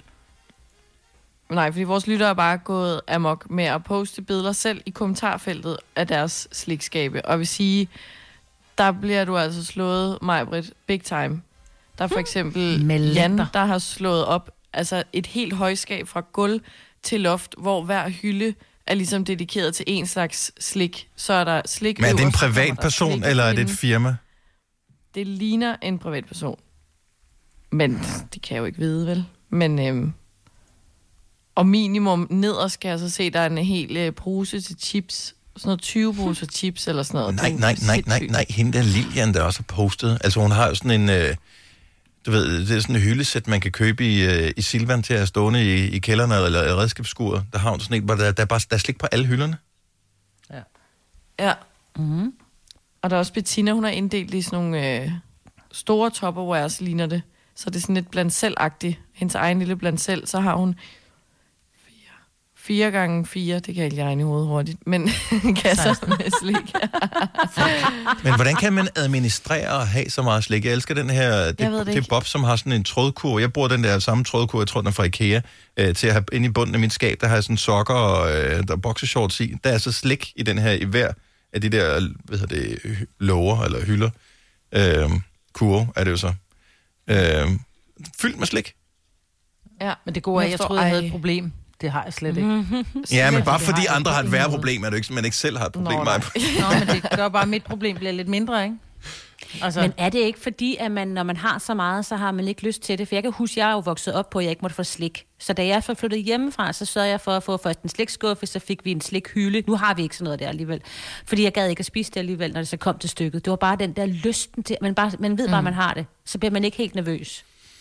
Nej, fordi vores lyttere er bare gået amok med at poste billeder selv i kommentarfeltet af deres slikskabe. Og jeg vil sige, der bliver du altså slået, Majbrit, big time. Der er for eksempel Melander. Jan, der har slået op altså et helt højskab fra gulv til loft, hvor hver hylde er ligesom dedikeret til en slags slik. Så er der slik. Men er det en øverst, privatperson, eller er det et firma? Det ligner en privatperson. Men det kan jeg jo ikke vide, vel? Men... Øhm, og minimum nederst skal jeg så se, der er en hel øh, bruse til chips. Sådan noget tyve bruser chips eller sådan noget. Nej, nej, nej, nej, nej. Hende der Lilian, der også har postet. Altså hun har jo sådan en, øh, du ved, det er sådan en hyldesæt, man kan købe i, øh, i Silvan til at stående i, i kælderne eller i redskabsskuret. Der har hun sådan en, hvor der, der, er bare, der er slik på alle hylderne. Ja. Ja. Mm-hmm. Og der er også Bettina, hun har inddelt i sådan nogle øh, store Tupperwares, ligner det. Så det er sådan lidt blandt selv-agtigt. Hendes egen lille blandt selv, så har hun Fire gange fire, det kan jeg ikke regne i hovedet hurtigt, men kasser med slik. Men hvordan kan man administrere og have så meget slik? Jeg elsker den her, det, det, det Bob, som har sådan en trådkur. Jeg bruger den der samme trådkur, jeg tror den er fra Ikea, øh, til at have inde i bunden af mit skab, der har jeg sådan sokker og øh, der er boxershorts i. Der er så slik i den her, i hver af de der, hvad hedder det, låger eller hylder. Øh, kurve er det jo så. Øh, fyldt med slik. Ja, men det gode er, jeg, jeg troede, jeg havde et problem. Det har jeg slet ikke. Mm-hmm. Ja, men bare fordi andre har et værre problem, er det ikke, man ikke selv har et problem. Nå, Nå, men det gør bare, at mit problem bliver lidt mindre, ikke? Altså. Men er det ikke fordi, at man, når man har så meget, så har man ikke lyst til det? For jeg kan huske, jeg er jo vokset op på, at jeg ikke måtte få slik. Så da jeg flyttede hjemmefra, så sørgede jeg for at få først en slikskuffe, så fik vi en slikhylde. Nu har vi ikke sådan noget der alligevel. Fordi jeg gad ikke at spise det alligevel, når det så kom til stykket. Det var bare den der lysten til, man, bare, man ved bare, mm. man har det. Så bliver man ikke helt nervøs.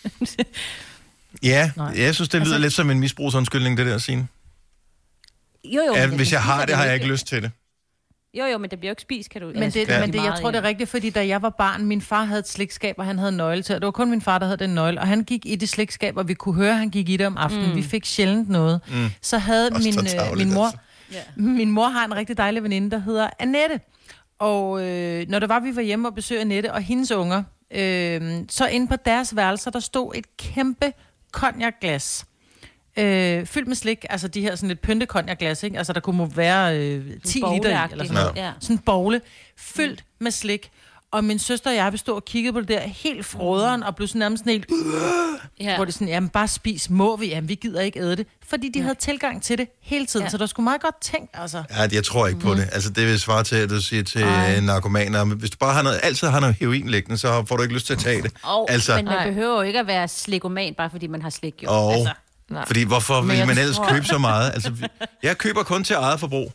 Ja, Nej. jeg synes, det lyder altså, lidt som en misbrugsundskyldning, det der, Signe. Jo, jo. Ja, hvis jeg har det, har jeg ikke lyst til det. Jo, jo, men det bliver jo ikke spist, kan du... Men, det, ja. men det, jeg tror, det er rigtigt, fordi da jeg var barn, min far havde et slikskab, og han havde en nøgle til, og det var kun min far, der havde den nøgle, og han gik i det slikskab, og vi kunne høre, at han gik i det om aftenen. Mm. Vi fik sjældent noget. Mm. Så havde min, øh, min mor... Altså. Min mor har en rigtig dejlig veninde, der hedder Annette. Og øh, når der var, vi var hjemme og besøgte Annette og hendes unger, øh, så inde på deres værelser, der stod et kæmpe cognac-glas. Øh, fyldt med slik, altså de her sådan lidt pynte cognac-glas, ikke? Altså der kunne være øh, ti liter i, eller sådan noget. Ja. Sådan en bogle, fyldt med slik. Og min søster og jeg bestod og kiggede på det der helt froderen, og blev sådan nærmest sådan helt... Ja. Hvor det sådan, jamen bare spis, må vi, jamen vi gider ikke æde det. Fordi de ja. havde tilgang til det hele tiden, ja. så der skulle meget godt tænkt, altså. Ja, jeg tror ikke mm. på det. Altså det vil svare til, at du siger til Ej. narkomaner, hvis du bare har noget, altid har noget heroin liggende, så får du ikke lyst til at tage det. Oh, altså. Men man Ej. behøver jo ikke at være slikoman, bare fordi man har slik, jo. Oh. Altså. Nej. Fordi hvorfor vil man ellers tror... købe så meget? Altså, jeg køber kun til eget forbrug.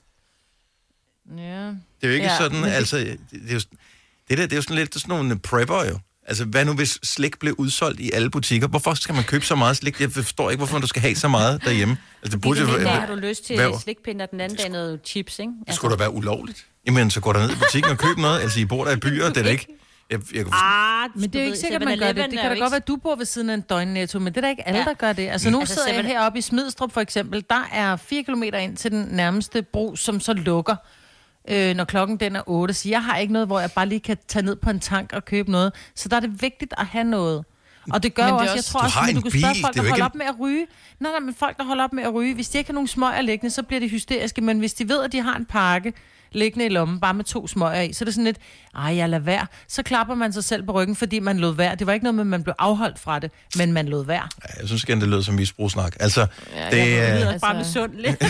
Ja. Det er jo ikke ja, sådan, det... altså, det er jo, det, der, det er jo sådan lidt sådan nogle prepper jo. Altså, hvad nu hvis slik blev udsolgt i alle butikker? Hvorfor skal man købe så meget slik? Jeg forstår ikke, hvorfor du skal have så meget derhjemme. Altså, det burde Den jo ene dag være... har du lyst til Hvad? slikpind, og den anden dag noget chips, ikke? Det skulle da være ulovligt. Jamen, så går der ned i butikken og køb noget. Altså, I bor der i byer, det er da ikke... Jeg, jeg kunne... Ah, Men det er jo ikke sikkert, at man gør det. Det kan da godt være, at du bor ved siden af en døgnnetto, men det er da ikke alle, Ja. der gør det. Altså, nu Altså, sidder jeg seven- heroppe i Smidstrup, for eksempel. Der er fire kilometer ind til den nærmeste bro, som så lukker, øh, når klokken den er otte. Så jeg har ikke noget, hvor jeg bare lige kan tage ned på en tank og købe noget. Så der er det vigtigt at have noget. Og det gør Men jo det er også, jeg også- tror Du også, har at en du kan spørge bil, folk, det er der jo holder ikke op med at ryge. Nej, nej, men folk, der holder op med at ryge, hvis de ikke har nogen smøger liggende, så bliver de hysteriske. Men hvis de ved, at de har en pakke liggende i lommen, bare med to smøger i, så er det sådan lidt, ej, jeg lader være. Så klapper man sig selv på ryggen, fordi man lod være. Det var ikke noget med, at man blev afholdt fra det, men man lod være. Ja, jeg synes igen, det lyder som misbrugssnak. Altså, Ja, det jeg er... ved, lyder Altså- bare misundeligt.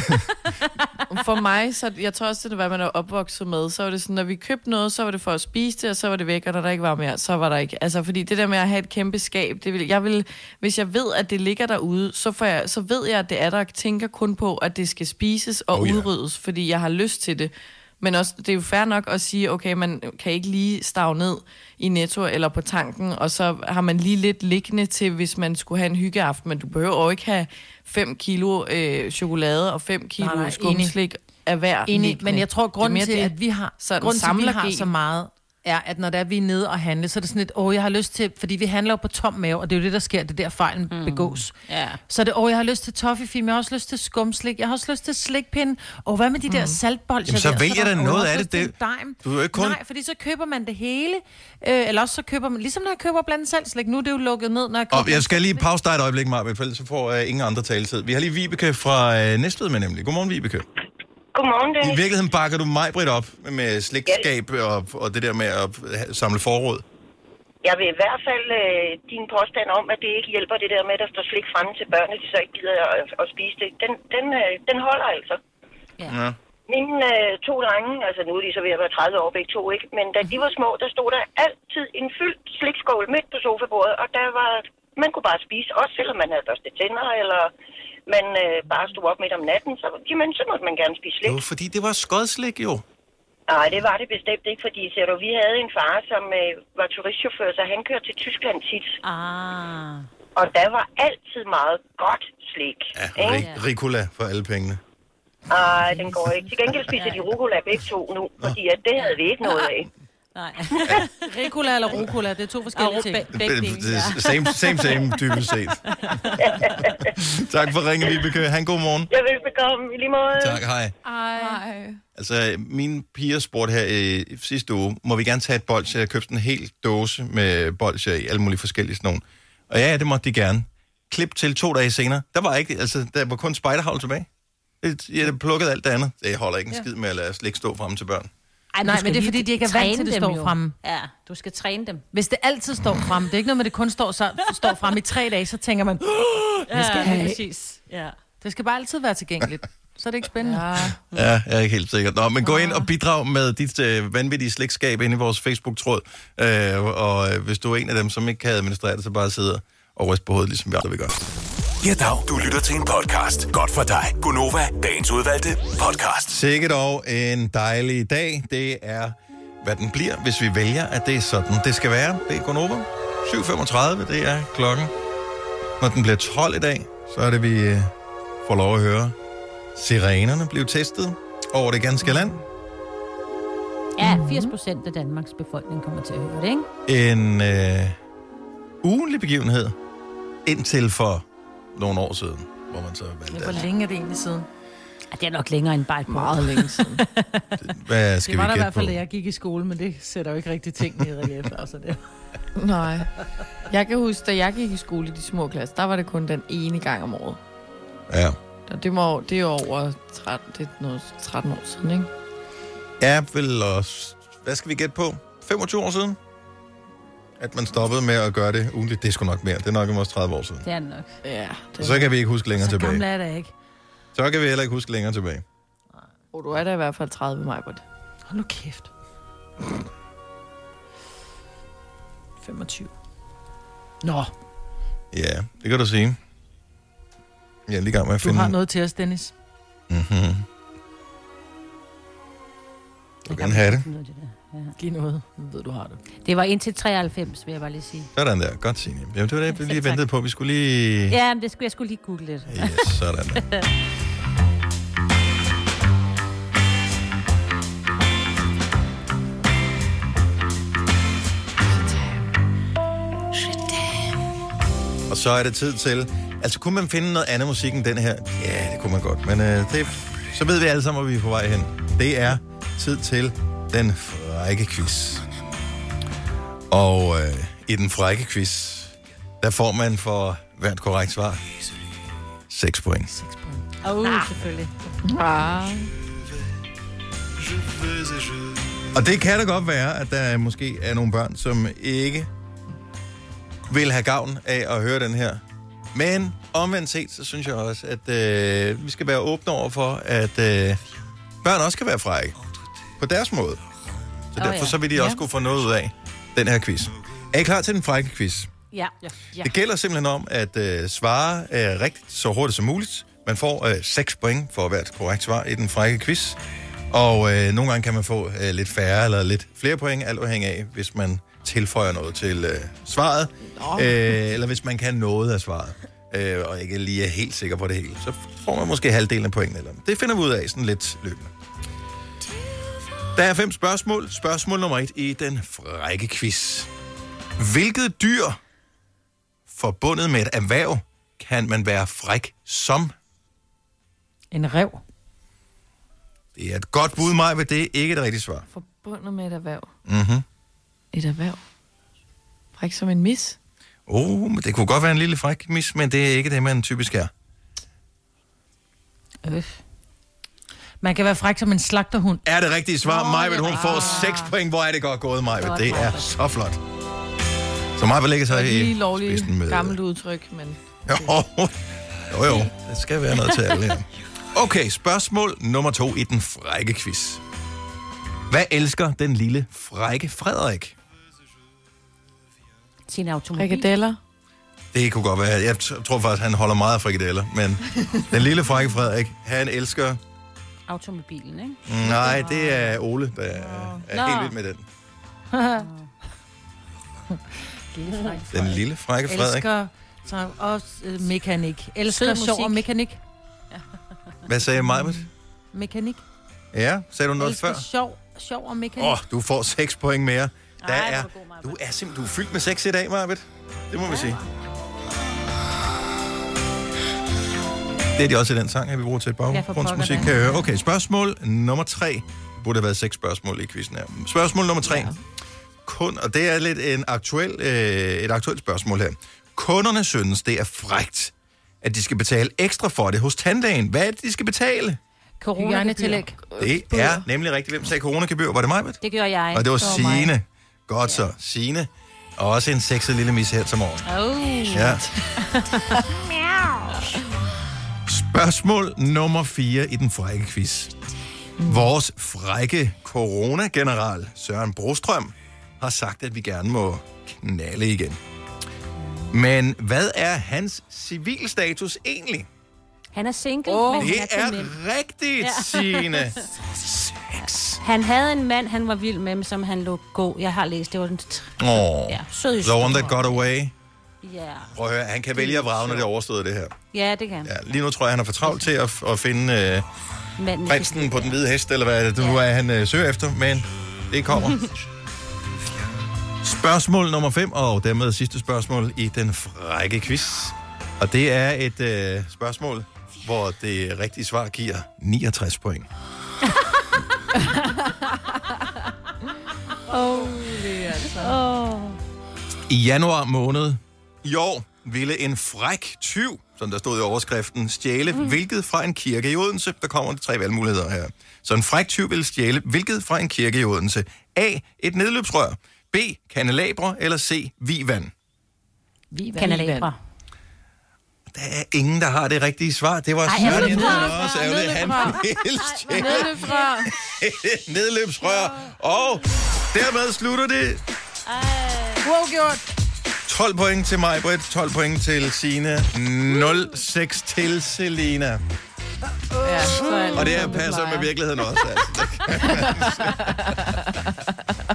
For mig, så jeg tror også, det er, hvad man er opvokset med. Så var det sådan, når vi købte noget, så var det for at spise det, og så var det væk, og når der ikke var mere, så var der ikke. Altså, fordi det der med at have et kæmpe skab, det vil, jeg vil, hvis jeg ved, at det ligger derude, så, får jeg, så ved jeg, at det er der, og tænker kun på, at det skal spises og Oh, oh, ja. udryddes, fordi jeg har lyst til det. Men også, det er jo fair nok at sige, okay, man kan ikke lige stave ned i Netto eller på tanken, og så har man lige lidt liggende til, hvis man skulle have en hyggeaften, men du behøver jo ikke have fem kilo øh, chokolade og fem kilo Nej, nej, skumslik af hver Enig, liggende. men jeg tror, grunden Det er til, mere det. at vi har, Sådan grunden til, at vi samler har gen. så meget, er, at når der er, vi er nede og handle, så er det sådan lidt, åh, jeg har lyst til, fordi vi handler jo på tom mave, og det er jo det, der sker, det er der fejlen mm. begås. Ja. Så er det, åh, jeg har lyst til toffifee, men jeg har også lyst til skumslik, jeg har også lyst til slikpinde, og hvad med de der saltbolcher Jamen, så der? vælg er der- da åh, noget jeg har af også det. lyst til en dime. Du er jo ikke kun- Nej, fordi så køber man det hele, øh, eller også så køber man, ligesom når jeg køber blandt selv slik, nu er det jo lukket ned, når jeg køber Og jeg skal lige pause dig et øjeblik, Marbet, for ellers så får uh, ingen andre taletid. Vi har lige Vibeke fra uh, Næstved med nemlig. Godmorgen, Vibeke. Godmorgen, I Dennis. virkeligheden bakker du mig, Britt, op med slægtskab og, og det der med at samle forråd. Jeg vil i hvert fald øh, din påstand om, at det ikke hjælper det der med, at der står slik fremme til børnene, de så ikke gider at, at spise det. Den, den, øh, den holder altså. Ja. Ja. Mine øh, to drenge, altså nu er de så ved at være tredive år begge to, ikke? Men da de var små, der stod der altid en fyldt slikskål midt på sofabordet, og der var, man kunne bare spise, også selvom man havde børstet tænder, eller man øh, bare stod op midt om natten, så, jamen, så måtte man gerne spise Det slik. var fordi, det var skodslik jo. Nej, det var det bestemt ikke, fordi ser du, vi havde en far, som øh, var turistchauffør, så han kørte til Tyskland tit. Ah. Og der var altid meget godt slik. Ja, ikke? rig- Ricola for alle pengene. Ej, den går ikke. Til gengæld spiser de rucola begge to nu, fordi at det havde vi ikke noget af. Nej. Ricola eller rucola, det er to forskellige ting. Be- begge dele, Det ja. er Same, same, same, dybest set. Tak for ringen, Vibeke. Han god morgen. Jeg vil bekomme i lige måde. Tak, hej. Ej. Altså, mine piger spurgte her i sidste uge, må vi gerne tage et bolsje? Jeg købte en hel dåse med bolsjer i alle mulige forskellige sådan nogle. Og ja, det måtte de gerne. Klip til to dage senere. Der var ikke, altså, der var kun spejderhavl tilbage. Det- Jeg plukkede alt det andet. Det holder ikke en skid med at lade slik stå fremme til børn. Ej, Nej, du skal men det er, lige fordi de ikke er vant træne til, det dem står jo. fremme. Ja, du skal træne dem. Hvis det altid står frem, det er ikke noget med, det kun står, så, står frem i tre dage, så tænker man, Jeg skal have. præcis. Ja. det skal bare altid være tilgængeligt. Så er det ikke spændende. Ja. Ja, jeg er ikke helt sikker. Nå, men gå ind og bidrag med dit øh, vanvittige slikskab ind i vores Facebook-tråd. Øh, og øh, hvis du er en af dem, som ikke kan administrere det, så bare sidder og ryster på hovedet, ligesom vi andre vil gøre. Ja, dag. Du lytter til en podcast. Godt for dig. Gunova, dagens udvalgte podcast. Sikkert dog en dejlig dag. Det er, hvad den bliver, hvis vi vælger, at det er sådan, det skal være. Det er Gunova. syv femogtredive, det er klokken. Når den bliver tolv i dag, så er det, vi øh, får lov at høre sirenerne blive testet over det ganske land. Ja, firs procent af Danmarks befolkning kommer til at høre det, ikke? En øh, ugenlig begivenhed indtil for nogle år siden, hvor man så valgte Hvor at... længe er det egentlig siden? Ja, det er nok længere end bare et Meget meget. længe siden. Hvad skal Det var vi der i gætte hvert fald, på? da jeg gik i skole, men det sætter jo ikke rigtig tingene i relief. Altså det. Nej. Jeg kan huske, da jeg gik i skole i de små klasser, der var det kun den ene gang om året. Ja. Og det, må, det er jo over tretten, det er noget tretten år siden, ikke? Ja, vel også... Hvad skal vi gætte på? femogtyve år siden? At man stoppede med at gøre det ugenligt. Det er sgu nok mere. Det er nok også tredive år siden. Det er det nok. Ja. Og Det, så kan vi ikke huske længere Så gamle tilbage. er det ikke. Så kan vi heller ikke huske længere tilbage. oh, du er da i hvert fald tredive maj på det. Hold nu kæft. femogtyve. Nå, Ja, det kan du sige. Jeg er lige i gang med at du finde... har noget til os, Dennis. Mhm. Du kan have det. Noget af det der. Giv noget. Nu ved du har det. Det var indtil treoghalvfems, vil jeg bare lige sige. Sådan der. Godt, Signe. Jamen, det var det, vi lige ventede på. Vi skulle lige... Ja, men det skulle, jeg skulle lige google lidt. Yes, sådan der. Og så er det tid til... Altså, kunne man finde noget andet musik end den her? Ja, det kunne man godt. Men øh, det, så ved vi alle sammen, hvor vi er på vej hen. Det er tid til den frække quiz. Og øh, i den frække quiz, der får man for hvert korrekt svar seks point. Åh, oh, selvfølgelig. Ah. Og det kan da godt være, at der måske er nogle børn, som ikke vil have gavn af at høre den her. Men omvendt set, så synes jeg også, at øh, vi skal være åbne over for, at øh, børn også kan være frække på deres måde. Så oh, derfor ja. så vil de også Ja. kunne få noget ud af den her quiz. Er I klar til den frække quiz? Ja. Ja. Det gælder simpelthen om at øh, svare øh, rigtigt så hurtigt som muligt. Man får øh, seks point for hvert korrekt svar i den frække quiz. Og øh, nogle gange kan man få øh, lidt færre eller lidt flere point, alt afhængig af, hvis man tilføjer noget til øh, svaret, øh, eller hvis man kan noget af svaret, øh, og ikke lige er helt sikker på det hele. Så får man måske halvdelen af pointene. Eller det finder vi ud af sådan lidt løbende. Der er fem spørgsmål. Spørgsmål nummer et i den frække quiz. Hvilket dyr forbundet med et erhverv kan man være fræk som? En rev. Det er et godt bud, mig, ved det er ikke det rigtige svar. Forbundet med et erhverv. Mhm. Et erhverv. Fræk som en mis. Oh, men det kunne godt være en lille fræk mis, men det er ikke det, man typisk er. Øf. Man kan være fræk som en slagterhund. Er det rigtige svar? Åh, Majbet, det er hun får rigtigt. seks point. Hvor er det godt gået, Majbet. Godt, Det er Majbet. så flot. Så Majbet ligger Det er sig lige i lovligt spidsen med... gammelt udtryk, men... Jo, jo, jo. Det skal være noget til alle her. Okay, spørgsmål nummer to i den frække quiz. Hvad elsker den lille frække Frederik? Sin automobil. Frikadeller. Det kunne godt være. Jeg t- tror faktisk, han holder meget af frikadeller. Men den lille frække Frederik, han elsker... Automobilen, ikke? Nej, det er Ole, der er, er Nå. helt vild med den. Den lille frække Frederik. Elsker så også øh, mekanik. Elsker Sød sjov og musik. mekanik. Hvad sagde Majbet? Mekanik. Ja, sagde du noget Elsker før? sjov, sjov og mekanik. Åh, oh, du får seks point mere. Der Ej, er, hvor god, Majbert. du er simpelthen du er fyldt med seks i dag, Majbet. Det må vi sige. Det er de også i den sang, her vi bruger til et baggrundsmusik. Ja, for Kan jeg høre. Okay, spørgsmål nummer tre. Det burde have været seks spørgsmål i quizzen her. Spørgsmål nummer tre. Ja. Kun, og det er lidt en aktuel, øh, et aktuelt spørgsmål her. Kunderne synes, det er frækt, at de skal betale ekstra for det hos tandlægen. Hvad er det, de skal betale? Hygiejnetillæg. Det er nemlig rigtigt. Hvem sagde coronagebyr? Var det mig, Det gør jeg. og det var Det var mig. Signe. Godt så, Signe. Og også en sexet lille mis her til morgen. Oh. Ja. Spørgsmål nummer fire i den frække quiz. Vores frække coronageneral Søren Brostrøm har sagt, at vi gerne må knalde igen. Men hvad er hans civilstatus egentlig? Han er single, Åh, men Det han er er til mænd. rigtigt, Ja. Signe. Sex. Han havde en mand, han var vild med, som han lå gå. Jeg har læst, det var den... T- Åh, ja, sød the one that got away. Ja. Prøv at høre, han kan vælge at vrage, når det er overstået det her. ja, det kan han. Ja, lige nu tror jeg, han er for travlt til at, at finde øh, Manden, prinsen på den hvide hest, eller hvad det nu er, han øh, søger efter, men det kommer. Spørgsmål nummer fem, og dermed sidste spørgsmål i den frække quiz. Og det er et øh, spørgsmål, hvor det rigtige svar giver niogtres point. Åh, det er altså... Åh. I januar måned i år ville en fræk tyv, som der stod i overskriften, stjæle mm. hvilket fra en kirke i Odense. Der kommer tre valgmuligheder her. Så en fræk tyv ville stjæle hvilket fra en kirke i Odense. A. Et nedløbsrør. B. Kandelabre. Eller C. Vigvand. Kanalabre. Der er ingen, der har det rigtige svar. Det var Ej, Søren Jensen nedløbsrør. også ærgerligt. Han ville stjæle Nedløbsrør. et nedløbsrør. Og dermed slutter det. Uafgjort. tolv point til mig, Britt. tolv point til Signe. nul seks til Selina. Ja, så er Og det er som passer plejer. med virkeligheden også, altså.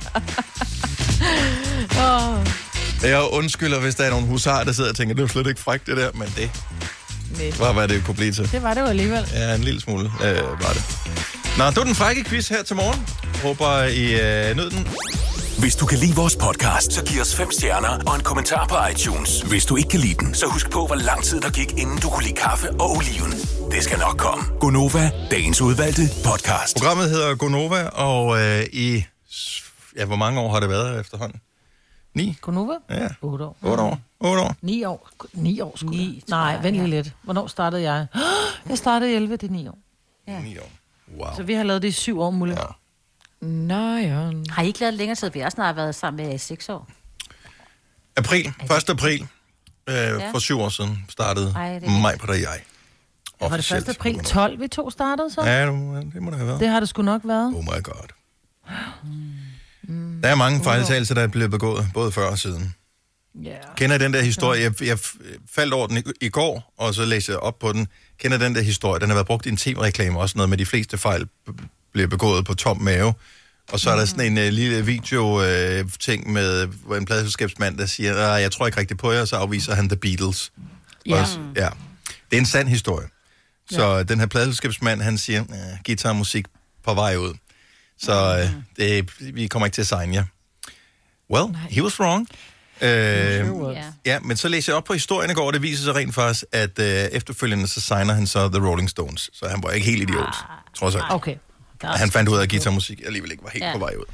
Jeg undskylder, hvis der er nogle husarer, der sidder og tænker, det er slet ikke frækt, det der, men det Men. var, hvad det kunne blive til. Det var det jo alligevel. Ja, en lille smule øh, var det. Nå, det var den frække quiz her til morgen. Håber, I øh, nød den. Hvis du kan lide vores podcast, så giv os fem stjerner og en kommentar på iTunes. Hvis du ikke kan lide den, så husk på, hvor lang tid der gik, inden du kunne lide kaffe og oliven. Det skal nok komme. Gonova, dagens udvalgte podcast. Programmet hedder Gonova, og øh, i... Ja, hvor mange år har det været efterhånden? Ni? Gonova? Ja. Otte år. Otte år. Otte år. Ni år. Ni år skulle Ni, jeg. tror Nej, jeg, vent lige ja. lidt. Hvornår startede jeg? Jeg startede i elleve, det er ni år. Ja. Ni år. Wow. Så vi har lavet det i syv år muligt. Ja. Nå ja. Har I ikke lavet længere tid? Vi har snart været sammen med i seks år. April. første april. Øh, Ja. For syv år siden startede Ej, det er mig på det jeg. Var det Officielt. første april tolv, vi to startede så? Ja, det må det have været. Det har det sgu nok været. Oh my god. Der er mange fejltagelser, der er blevet begået, både før og siden. Ja. Kender den der historie? Jeg, jeg faldt over den i, i går, og så læste jeg op på den. Kender den der historie? Den har været brugt i en tv-reklame også, noget med de fleste fejl bliver begået på tom mave. Og så er der sådan en uh, lille video-ting uh, med hvor en pladeselskabsmand, der siger, at jeg tror ikke rigtig på jer, og så afviser han The Beatles. Ja. Og, ja. Det er en sand historie. Så ja. Den her pladeselskabsmand, han siger, uh, guitar og musik på vej ud. Så uh, det, vi kommer ikke til at signe jer. Well, Nej. he was wrong. Øh, Ja. ja, men så læser jeg op på historien i går, og det viser sig rent faktisk, at øh, efterfølgende så signer han så The Rolling Stones. Så han var ikke helt idiot, ah, trods alt. Okay. Og han fandt ud af, at guitarmusik alligevel ikke var helt ja. på vej ud.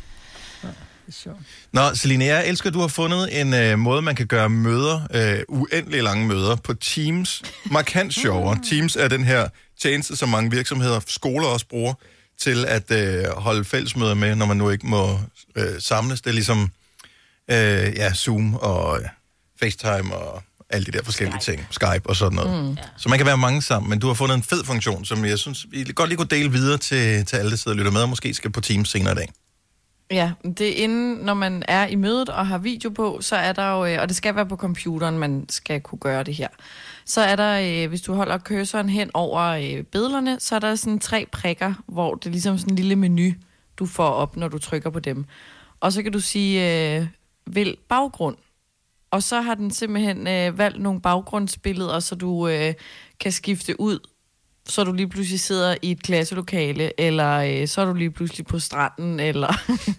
Sure. Nå, Celine, jeg elsker, at du har fundet en øh, måde, man kan gøre møder, øh, uendelig lange møder, på Teams. Markant sjovere. Teams er den her tjeneste, som mange virksomheder, skoler også bruger, til at øh, holde fællesmøder med, når man nu ikke må øh, samles. Det er ligesom øh, ja, Zoom og øh, FaceTime og alle de der forskellige Skype. ting. Skype og sådan noget. Mm. Så man kan være mange sammen, men du har fundet en fed funktion, som jeg synes, vi godt lige kunne dele videre til, til alle, der sidder og lytter med, og måske skal på Teams senere i dag. Ja, det er inden, når man er i mødet og har video på, så er der jo, og det skal være på computeren, man skal kunne gøre det her. Så er der, hvis du holder cursoren hen over billederne, så er der sådan tre prikker, hvor det er ligesom sådan en lille menu, du får op, når du trykker på dem. Og så kan du sige, øh, vælg baggrund. Og så har den simpelthen øh, valgt nogle baggrundsbilleder, så du øh, kan skifte ud, så du lige pludselig sidder i et klasselokale, eller øh, så er du lige pludselig på stranden, eller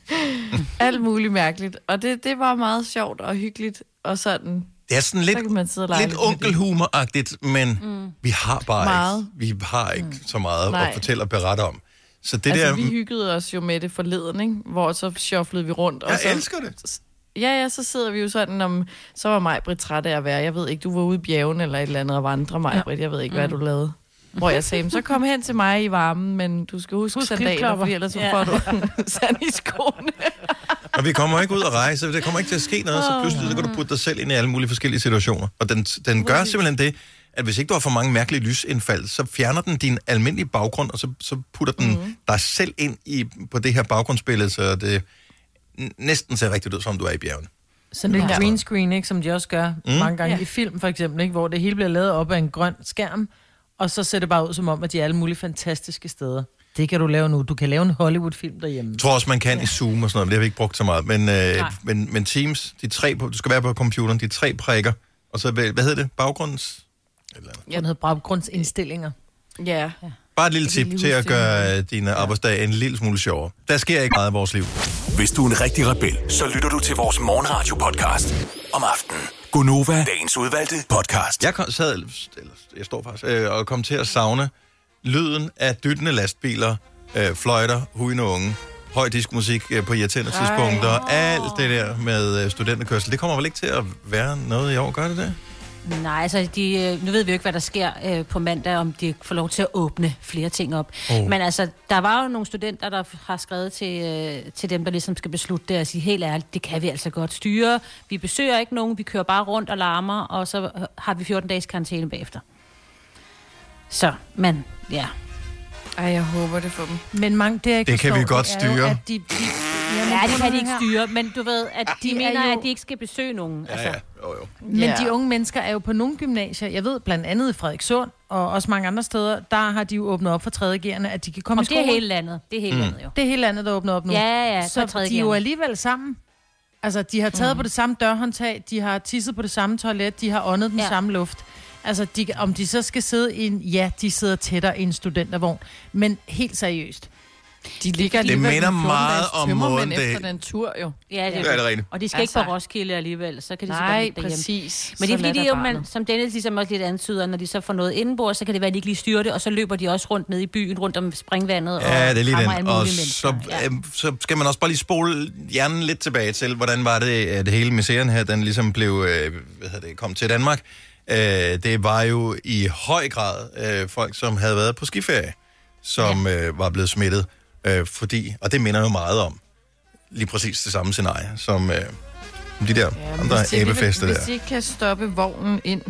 alt muligt mærkeligt. Og det, det var meget sjovt og hyggeligt, og sådan. Det er sådan lidt, man lidt onkelhumoragtigt, men mm. vi har bare meget. ikke, vi har ikke mm. så meget Nej. at fortælle og berette om. Så det altså, der... vi hyggede os jo med det forleden, ikke? Hvor så shufflede vi rundt. Jeg og så, elsker det. Ja, ja, så sidder vi jo sådan, om, så var Maj-Britt træt af at være. Jeg ved ikke, du var ude i bjergen eller et eller andet og vandre, Maj-Britt. Jeg ved ikke, hvad mm. du lavede. Hvor jeg sagde, så kom hen til mig i varmen, men du skal huske, husk sandaler, for ellers ja. får du sand i skoene. Og vi kommer ikke ud at rejse, det kommer ikke til at ske noget, så pludselig så kan du putte dig selv ind i alle mulige forskellige situationer. Og den, den gør simpelthen det, at hvis ikke du har for mange mærkelige lysindfald, så fjerner den din almindelige baggrund, og så, så putter den mm. dig selv ind i, på det her baggrundsbillede, så det næsten ser rigtigt ud, som du er i bjergen. Sådan en green screen, ikke, som de også gør mm. mange gange ja. i film, for eksempel, ikke, hvor det hele bliver lavet op af en grøn skærm, og så ser det bare ud som om, at de er alle mulige fantastiske steder. Det kan du lave nu. Du kan lave en Hollywood-film derhjemme. Jeg tror også, man kan ja. i Zoom og sådan noget, men det har vi ikke brugt så meget. Men, øh, men, men Teams, de tre, du skal være på computeren, de tre prikker, og så, hvad hedder det? Baggrunds... Eller... Ja, det hedder baggrundsindstillinger. Ja. Bare et lille tip til at gøre dine ja. arbejdsdage en lille smule sjovere. Der sker ikke meget i vores liv. Hvis du er en rigtig rebel, så lytter du til vores morgenradio-podcast om aftenen. Gonova, dagens udvalgte podcast. Jeg kom, sad, eller jeg står faktisk, øh, og kom til at savne lyden af dyttende lastbiler, øh, fløjter, hujende unge, høj diskmusik øh, på irriterende tidspunkter, oh. alt det der med øh, studenterkørsel. Det kommer vel ikke til at være noget i år, gør det det? Nej, altså, de, nu ved vi jo ikke, hvad der sker øh, på mandag, om de får lov til at åbne flere ting op. Oh. Men altså, der var jo nogle studenter, der har skrevet til, øh, til dem, der ligesom skal beslutte det, og sige helt ærligt, det kan vi altså godt styre. Vi besøger ikke nogen, vi kører bare rundt og larmer, og så har vi fjorten dages karantæne bagefter. Så, men ja. Ej, jeg håber det for dem. Men mange, det, jeg det kan vi godt styre. Jo, at de, de, ja, det kan de ikke styre, men du ved, at de, de mener, jo... at de ikke skal besøge nogen. Ja, altså. ja. Jo, jo. Men yeah. de unge mennesker er jo på nogle gymnasier, jeg ved blandt andet i Frederikssund, og også mange andre steder, der har de jo åbnet op for tredje G'erne, at de kan komme og i skole. det er hele landet. Det er hele mm. landet jo. Det er hele landet, der åbner op nu. Ja, ja, så de er jo alligevel sammen. Altså, de har taget mm. på det samme dørhåndtag, de har tisset på det samme toilet, de har åndet den ja. samme luft. Altså, de, om de så skal sidde i en... Ja, de sidder tættere i en studentervogn. Men helt seriøst. De ligger det minder meget om måden det... efter den tur, jo. Ja, det er, ja, det er rigtigt. Og de skal altså... ikke på Roskilde alligevel, så kan de Nej, så præcis. Men det er fordi, det er jo, man, som Dennis ligesom også lidt antyder, når de så får noget indenbord, så kan det være, at de ikke lige styrer det, og så løber de også rundt ned i byen, rundt om springvandet. Ja, og det er lige den. Og så, ja. øh, så skal man også bare lige spole hjernen lidt tilbage til, hvordan var det, at hele misæren her, den ligesom blev, øh, hvad hedder det, kom til Danmark. Øh, det var jo i høj grad øh, folk, som havde været på skiferie, som ja. øh, var blevet smittet. Øh, fordi, og det minder jo meget om lige præcis det samme scenarie, som øh, de der ja, andre æbefester der. Hvis de ikke kan stoppe vognen ind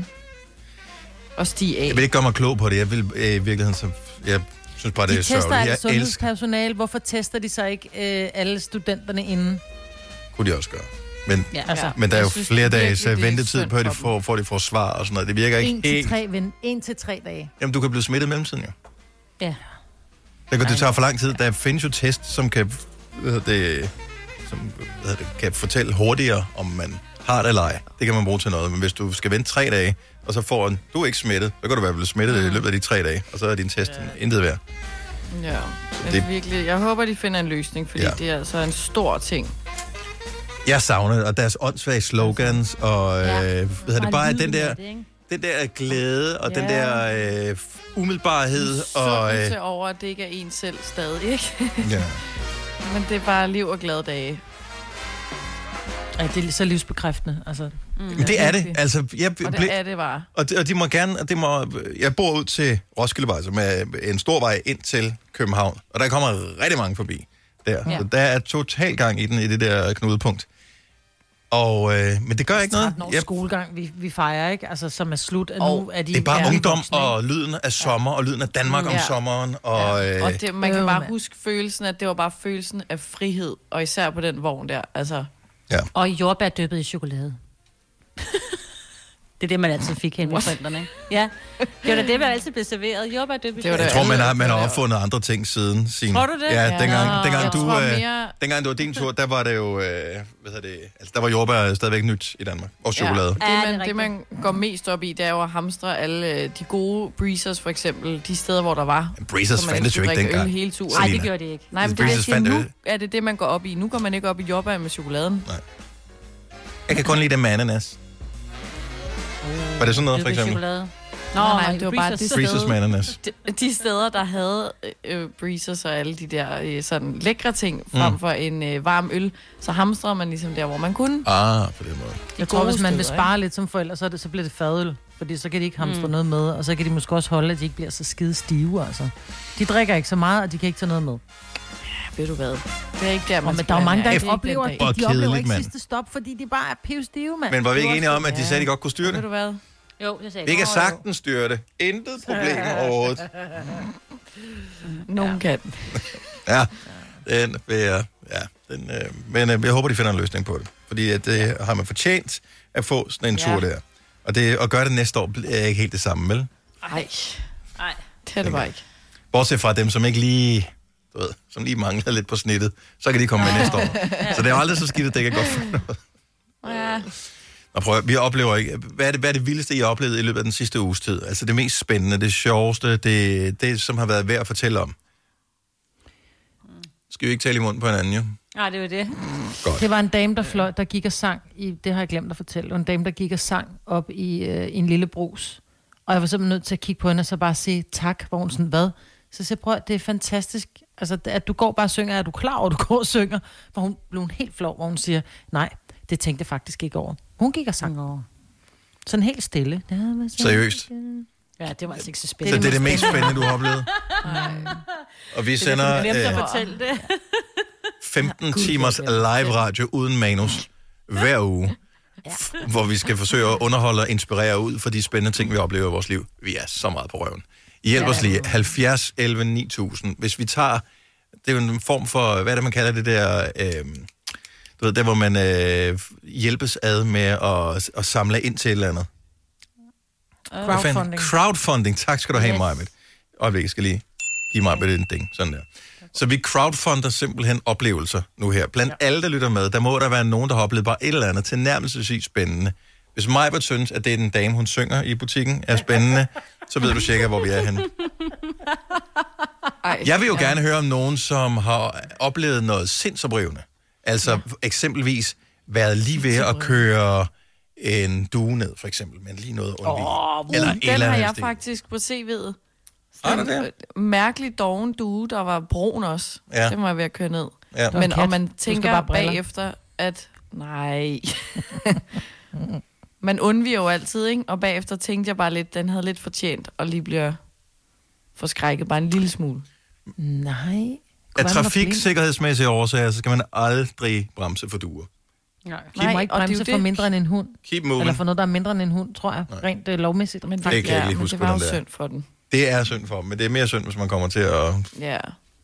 og stige af. Jeg vil ikke gøre mig klog på det. Jeg vil øh, i virkeligheden, så jeg synes bare, det de er sørgeligt. De tester alle sundhedspersonale. Hvorfor tester de så ikke øh, alle studenterne inden? Kunne de også gøre. Men, ja, altså, men der er jo synes, flere dages virkelig, ventetid på, at de får, får de får svar og sådan noget. Det virker ikke en helt... Til tre, ven, en til tre dage. Jamen, du kan blive smittet i mellemtiden, jo. Ja. Det, det tager for lang tid. Der findes jo test, som kan, hvad det, som, hvad det, kan fortælle hurtigere, om man har det eller ej. Det kan man bruge til noget. Men hvis du skal vente tre dage, og så får en, du er ikke smittet, så kan du være blevet smittet i løbet af de tre dage, og så er din test ja. intet værd. Ja, men det, virkelig, jeg håber, de finder en løsning, fordi ja. det er altså en stor ting. Jeg savner og deres åndssvage slogans, og ja. øh, hvad det bare den der... Den der glæde og ja. den der øh, umiddelbarhed. Og øh... over, at det ikke er en selv stadig, ikke? Ja. Men det er bare liv og glade dage. Ja, det er så livsbekræftende. Altså, mm. Det er det. Altså, jeg og det er det bare. Og de, og de må gerne... Og det må, jeg bor ud til Roskildevej, som er en stor vej ind til København. Og der kommer rigtig mange forbi der. Ja. Så der er total gang i den i det der knudepunkt. Og, øh, men det gør ikke noget. tretten års skolegang, vi, vi fejrer, ikke? Altså, som er slut. Og nu er de det er bare ungdom voksne, og lyden af sommer, ja. og lyden af Danmark ja. om sommeren. Og, ja. øh, og det, man kan bare huske følelsen, at det var bare følelsen af frihed. Og især på den vogn der. Altså. Ja. Og jordbær dyppet i chokolade. Det er det, man altid fik hen med forældrene, ikke? Ja, det var da det, man altid blev serveret. Jordbær dyppet i chokolade. Jeg tror, man har, man har opfundet andre ting siden. Signe. Tror du det? Ja, dengang, ja, dengang, du, øh, mere... dengang du var din tur, der var det jo, øh, hvad hedder det, altså der var jordbær stadigvæk nyt i Danmark. Og chokolade. Ja, det, man, det, man går mest op i, det er jo at hamstre alle de gode breezers, for eksempel. De steder, hvor der var. Ja, breezers fandtes jo ikke dengang. Nej, det gjorde det ikke. Nej, men det, jeg siger, nu er det det, man går op i. Nu går man ikke op i jordbær med chokoladen. Nej. Jeg kan kun lide det med ananas. Uh, var det sådan noget, for eksempel? Chokolade. Nå, nej, nej, det var bare de steder, med ananas. De, de steder, der havde øh, breezers og alle de der øh, sådan lækre ting, frem for mm. en øh, varm øl, så hamstrer man ligesom der, hvor man kunne. Ah, på den måde. Jeg tror, hvis man vil spare lidt som forældre, så, det, så bliver det fadøl. Fordi så kan de ikke hamstre mm. noget med, og så kan de måske også holde, at de ikke bliver så skide stive, altså. De drikker ikke så meget, og de kan ikke tage noget med. Ved du hvad? Det er ikke der, man oh, men der er mange, der ikke oplever, de, de oplever kedeligt, ikke man. sidste stop, fordi de bare er pivstive, mand. Men var vi ikke enige om, at de sagde, at de godt kunne styre det? Ved du hvad? Jo, det sagde vi kan sagtens styre det. Intet problem overhovedet. Nogen kan. Ja, den vil jeg... Ja, den, øh, men øh, jeg håber, de finder en løsning på det. Fordi at, det ja. har man fortjent at få sådan en ja. tur der. Og det, at gøre det næste år er ikke helt det samme, vel? Nej. Nej, det er det bare ikke. Bortset fra dem, som ikke lige... Du ved, som lige mangler lidt på snittet, så kan de komme med næste år. Så det er jo aldrig så skidt, at det kan godt for noget. Ja. Nå, prøv, vi oplever ikke... Hvad er, det, hvad er det vildeste, I har oplevet i løbet af den sidste uges tid? Altså det mest spændende, det sjoveste, det, det som har været værd at fortælle om. Skal vi ikke tale i munden på hinanden, jo? Nej, det var det. Godt. Det var en dame, der fløj, der gik og sang, i, det har jeg glemt at fortælle, det var en dame, der gik og sang op i, øh, i en lille brus. Og jeg var simpelthen nødt til at kigge på hende og så bare sige tak, hvor hun sådan, hvad? Så siger jeg, prøv, det er fantastisk, altså, at du går bare og synger, er du klar over, at du går og synger? For hun blev helt flov, hvor hun siger, nej, det tænkte jeg faktisk ikke over. Hun gik og sang over. Sådan helt stille. Seriøst? Ja, det var altså ikke så spændende. Så det er det mest spændende, du har oplevet? Nej. Og vi sender det er, øh, det. femten timers live radio uden manus hver uge, ja. hvor vi skal forsøge at underholde og inspirere ud for de spændende ting, vi oplever i vores liv. Vi er så meget på røven. I hjælp os lige. halvfjerds elleve ni tusind. Hvis vi tager... Det er jo en form for... Hvad er det, man kalder det der... Øh, du ved, der hvor man øh, hjælpes ad med at, at samle ind til et eller andet. Uh, crowdfunding. Crowdfunding. Tak skal du have, yes. Maja. Øjeblik, jeg skal lige... Giv mig med den ding. Sådan der. Så vi crowdfunder simpelthen oplevelser nu her. Blandt ja. alle, der lytter med, der må der være nogen, der har oplevet bare et eller andet tilnærmelsesvis spændende. Hvis Majbert synes, at det er den dame, hun synger i butikken, er spændende, så ved du cirka, hvor vi er henne. Ej, jeg vil jo ja. gerne høre om nogen, som har oplevet noget sindsoprivende. Altså ja. eksempelvis været lige ved at køre en due ned, for eksempel, men lige noget ondt i. Oh, eller den eller har jeg stil. faktisk på C V'et. Ah, det der? Mærkelig doven due, der var brun også. Ja. Det må jeg ved at køre ned. Ja. Men og man tænker bagefter, at nej... Man undviger jo altid, ikke? Og bagefter tænkte jeg bare lidt, den havde lidt fortjent, og lige bliver forskrækket bare en lille smule. Nej. Af trafiksikkerhedsmæssige årsager, så skal man aldrig bremse for duer. Nej, man må ikke bremse for mindre end en hund. Keep moving. Eller for noget, der er mindre end en hund, tror jeg. Nej. Rent uh, lovmæssigt. Men det, det kan jeg lige huske, det var jo synd for den. Det er synd for dem, men det er mere synd, hvis man kommer til at... Ja.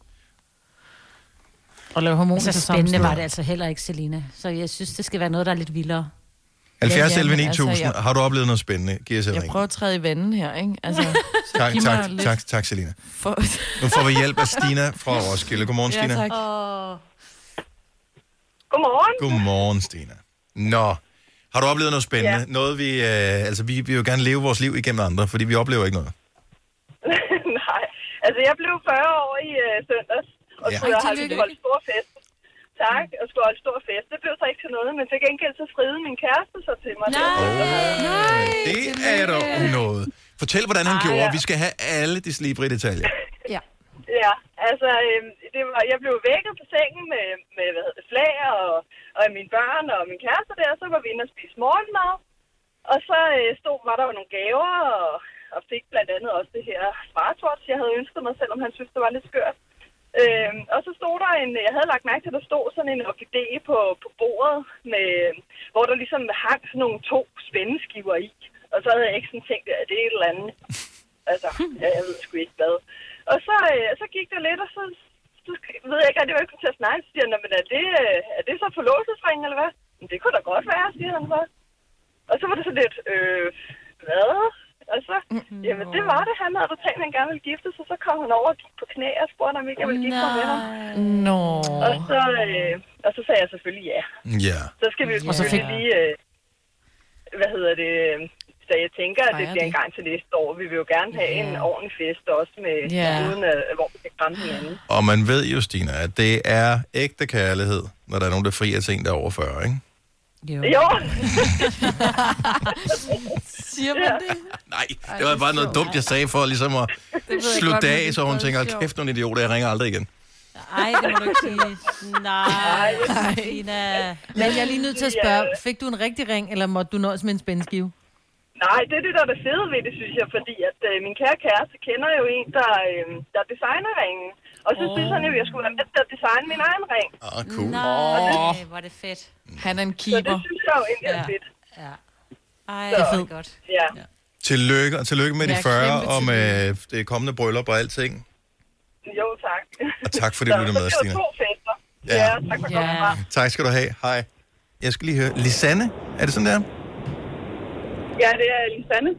Og lave hormoner så spændende var det altså heller ikke, Selina. Så jeg synes, det skal være noget, der er lidt vildere. halvfjerds elleve ni tusind. Altså, jeg... Har du oplevet noget spændende? Giv os et jeg ring. prøver at træde i vandet her, ikke? Altså, tak, tak, lidt... tak, tak, Selina. For... Nu får vi hjælp af Stina fra Roskilde. Godmorgen, Stina. Ja, tak. Oh. Godmorgen. Godmorgen, Stina. Nå, har du oplevet noget spændende? Ja. Noget, vi... Øh, altså, vi vil jo gerne leve vores liv igennem andre, fordi vi oplever ikke noget. Nej, altså jeg blev fyrre år i øh, søndags, og ja. skulle jeg have holdt stor fest. Tak, og skulle holde stor fest. Det blev så ikke til noget, men til gengæld så friede min kæreste så til mig. Nej, oh, nej, det er da noget. Fortæl, hvordan han ah, gjorde. Ja. Vi skal have alle de slibrige detaljer. Ja. Ja, altså, øh, det var, jeg blev vækket på sengen med, med hvad hedder det, flag og, og mine børn og min kæreste der, og så var vi inde og spise morgenmad. Og så øh, stod, var der jo nogle gaver, og, og fik blandt andet også det her smartwatch, jeg havde ønsket mig, selvom han synes, det var lidt skørt. Øhm, og så stod der en, jeg havde lagt mærke til, at der stod sådan en orkidé på, på bordet, med, hvor der ligesom hang sådan nogle to spændeskiver i. Og så havde jeg ikke sådan tænkt, at det er et eller andet. Altså, ja, jeg ved sgu ikke hvad. Og så, øh, så gik der lidt, og så, så ved jeg ikke, at det var ikke til at snakke. Så siger han, men er det, er det så forlovelsesring, eller hvad? Men det kunne da godt være, siger han så. Og så var det så lidt, øh, hvad? Og så, jamen det var det, han havde tænkt, at han gerne ville gifte sig, så kom han over og gik på knæ og spurgte, om ikke jeg ville gifte mig med ham. Nå. Og så, øh, og så sagde jeg selvfølgelig ja. Ja. Så skal vi jo selvfølgelig lige, øh, hvad hedder det, så jeg tænker, at det bliver en gang til næste år. Vi vil jo gerne have yeah. en ordentlig fest også, med, yeah. uden at, hvor vi kan kramme hinanden. Og man ved jo, Stina, at det er ægte kærlighed, når der er nogen, der frier til en, der er over fyrre, ikke? Jo. jo. Siger man det? Nej, det var bare noget dumt, jeg sagde for ligesom at slutte af, så hun tænker, kæft nogle idioter, jeg ringer aldrig igen. Ej, det må du ikke sige. Nej, Tina. Men jeg er lige nødt til at spørge, fik du en rigtig ring, eller måtte du nøjes med en spændeskive? Nej, det er det, der er det fede ved det, synes jeg, fordi at øh, min kære kæreste kender jo en, der, øh, der designer ringen. Og så oh. synes han jo, at jeg skulle være med til at designe min egen ring. Åh, oh, cool. Nej, hvor er det fedt. Han er en keeper. Så det synes jeg jo egentlig er ja. fedt. Ja. Ej, det er fedt. Godt. Ja. ja. Tillykke, og tillykke med ja, de fyrre, og med det kommende bryllup og alting. Jo, tak. Og tak fordi du lyttede med, Stine. Så det var to fester. Ja, ja tak for ja. godt. Tak skal du have. Hej. Jeg skal lige høre. Lisanne, er det sådan der? Ja, det er Lisanne.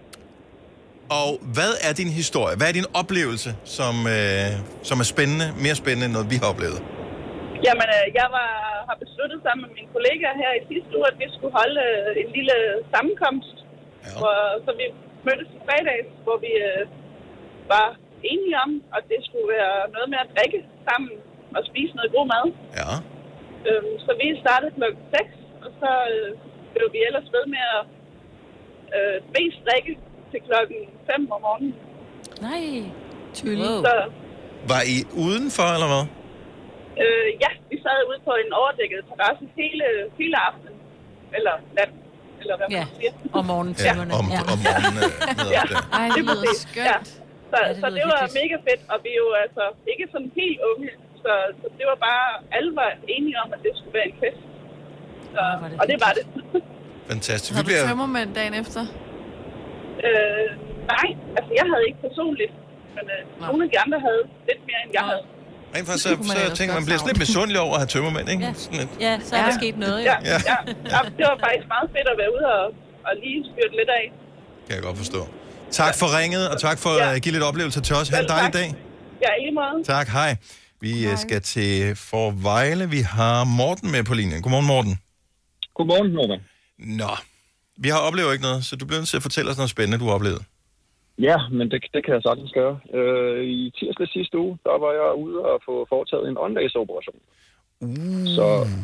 Og hvad er din historie? Hvad er din oplevelse, som, øh, som er spændende, mere spændende end noget, vi har oplevet? Jamen, øh, jeg var, har besluttet sammen med mine kollegaer her i sidste uge, at vi skulle holde øh, en lille sammenkomst. Ja. Hvor, så vi mødtes i fredags, hvor vi øh, var enige om, at det skulle være noget med at drikke sammen og spise noget god mad. Ja. Øhm, så vi startede klokken seks, og så øh, blev vi ellers ved med at øh, mest drikke til klokken fem om morgenen. Nej, tydeligt. Så, var I udenfor, eller hvad? Øh, ja, vi sad ude på en overdækket terrasse hele, hele aftenen. Eller natten. Eller hvad ja. man siger. Om morgentimerne. Ja, om, ja. om morgenen. Øh, ja. Ej, det lyder skønt. Ja. Så, ja, det, så det var mega fedt, og vi er jo altså ikke sådan helt unge. Så, så det var bare, alle var enige om, at det skulle være en fest. Så, ja, det og det var det. Fantastisk. Havde vi bliver... du tømmermænd dagen efter? Øh, nej, altså jeg havde ikke personligt. Men øh, nogle af de andre havde lidt mere, end jeg Nå. havde. Rent faktisk, så, så tænker man, bliver lidt misundelig over at have tømmermænd, ikke? Ja, sådan lidt. ja så er der ja. sket noget, ja. Ja, ja. ja. Det var faktisk meget fedt at være ude og, og lige styrte lidt af. Kan jeg godt forstå. Tak for ringet, og tak for ja. at give lidt oplevelse til os. Ha' en dejlig dag. Ja, i lige måde. Tak, hej. Vi hej. skal til Forvejle. Vi har Morten med på linjen. Godmorgen, Morten. Godmorgen, Morten. Nå, vi har oplevet ikke noget, så du bliver nødt til at fortælle os noget spændende, du har oplevet. Ja, men det, det kan jeg sagtens gøre. Øh, I tirsdag sidste uge, der var jeg ude og få foretaget en øjenlaseroperation. Uh. Så,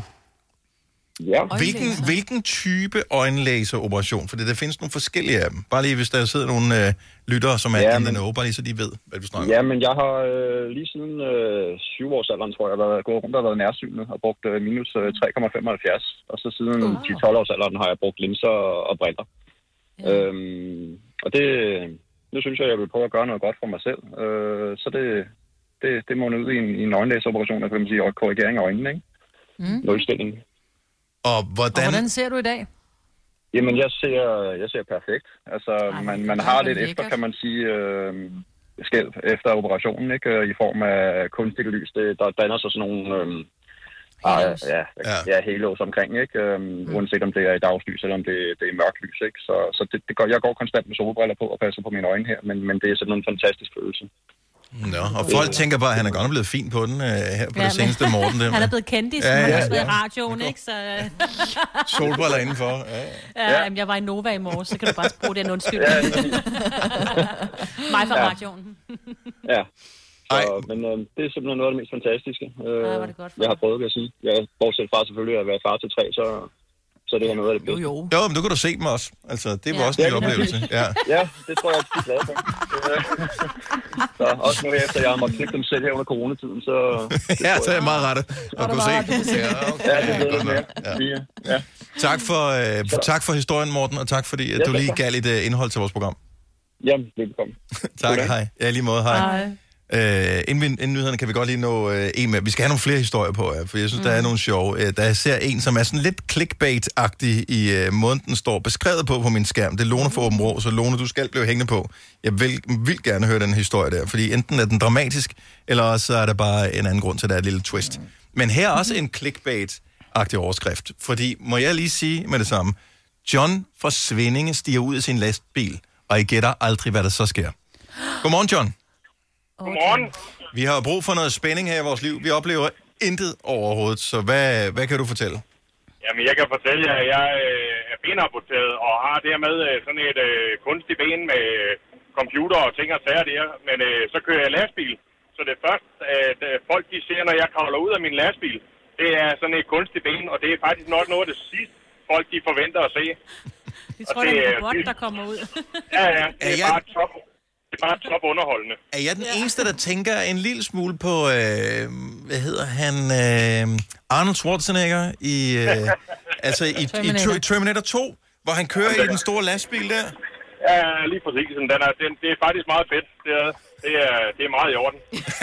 ja. Hvilken, hvilken type øjenlaseroperation? For der findes nogle forskellige af dem. Bare lige, hvis der sidder nogle øh, lyttere, som er ja, in the know, bare lige så de ved, hvad du snakker om. Ja, men jeg har øh, lige siden øh, syv-årsalderen, tror jeg, været gået rundt og været nærsynet og brugt øh, minus øh, tre komma femoghalvfjerds. Og så siden uh. ti til tolv-årsalderen har jeg brugt linser og, og briller. Ja. Øhm, og det... Nu synes jeg, jeg vil prøve at gøre noget godt for mig selv. Øh, så det, det, det må ud i en, i en øjenlæseoperation, kan man sige, og korrigering af øjnene, ikke? Mm. Nulstilling. Og hvordan... og hvordan ser du i dag? Jamen, jeg ser, jeg ser perfekt. Altså, Ej, man, man har lidt lækkert. Efter, kan man sige, øh, skælv efter operationen, ikke? I form af kunstigt lys. Det, der danner sig sådan nogle... Øh, Halos. Ja, ja, ja, halos omkring, ikke? Um, mm. Uanset om det er i dagslys, eller om det, det er i mørkt lys, ikke? Så, så det, det går, jeg går konstant med solbriller på og passer på mine øjne her, men, men det er sådan en fantastisk følelse. Nå, og folk øh, tænker bare, at han er godt blevet fin på den uh, her på ja, det seneste Morten. Han er blevet kendis, ja, ja, han har også været i radioen, ikke? Så... solbriller indenfor. Ja, ja. ja jamen, jeg var i Nova i morges, så kan du bare bruge den undskyld. Ja, mig fra ja. radioen. Ja. Så, men øh, det er simpelthen noget af det mest fantastiske, øh, ja, var det godt jeg har prøvet, vil jeg sige. Jeg er bortset fra selvfølgelig at være far til tre, så, så det er noget af det bedste. Jo, jo. jo, men nu kan du se dem også. Altså, det var ja. også en ja, oplevelse. Ja. ja, det tror jeg også, de er glade for. Så også nu efter, jeg har måttet klikke dem selv her under coronatiden, så... ja, så er det meget rette at kunne se. Ja, okay. ja, det er det mere. Ja. Ja. Tak, for, øh, tak for historien, Morten, og tak fordi at ja, du lige gav lidt uh, indhold til vores program. Jamen, velkommen. tak, hej. Ja, lige måde, hej. Hej. Uh, inden, inden nyhederne kan vi godt lige nå uh, en med. Vi skal have nogle flere historier på, uh, for jeg synes, mm. der er nogle sjove. Uh, der ser en, som er sådan lidt clickbait-agtig i uh, måden, den står beskrevet på på min skærm. Det er Lone for Åben Rå, så Lone, du skal blive hængende på. Jeg vil, vil gerne høre den historie der, fordi enten er den dramatisk, eller også er der bare en anden grund til, at der er et lille twist. Men her er også en clickbait-agtig overskrift, fordi, må jeg lige sige med det samme, John fra Svindinge stiger ud af sin lastbil, og I gætter aldrig, hvad der så sker. Godmorgen, John. Godmorgen. Vi har brug for noget spænding her i vores liv. Vi oplever intet overhovedet, så hvad, hvad kan du fortælle? Jamen, jeg kan fortælle jer, at jeg øh, er benamputeret og har dermed øh, sådan et øh, kunstigt ben med øh, computer og ting og sager der. Men øh, så kører jeg lastbil. Så det første, at øh, folk de ser, når jeg kravler ud af min lastbil, det er sådan et kunstigt ben, og det er faktisk nok noget af det sidste, folk de forventer at se. De tror, det er en robot, der kommer ud. ja, ja. Det er, er bare top. Det er bare top underholdende. Er jeg den ja. eneste, der tænker en lille smule på, øh, hvad hedder han, øh, Arnold Schwarzenegger i, øh, altså i Terminator. i Terminator to, hvor han kører ja, i den store lastbil der? Ja, lige præcis. Den er, den, det er faktisk meget fedt. Det er, det er, det er meget i orden.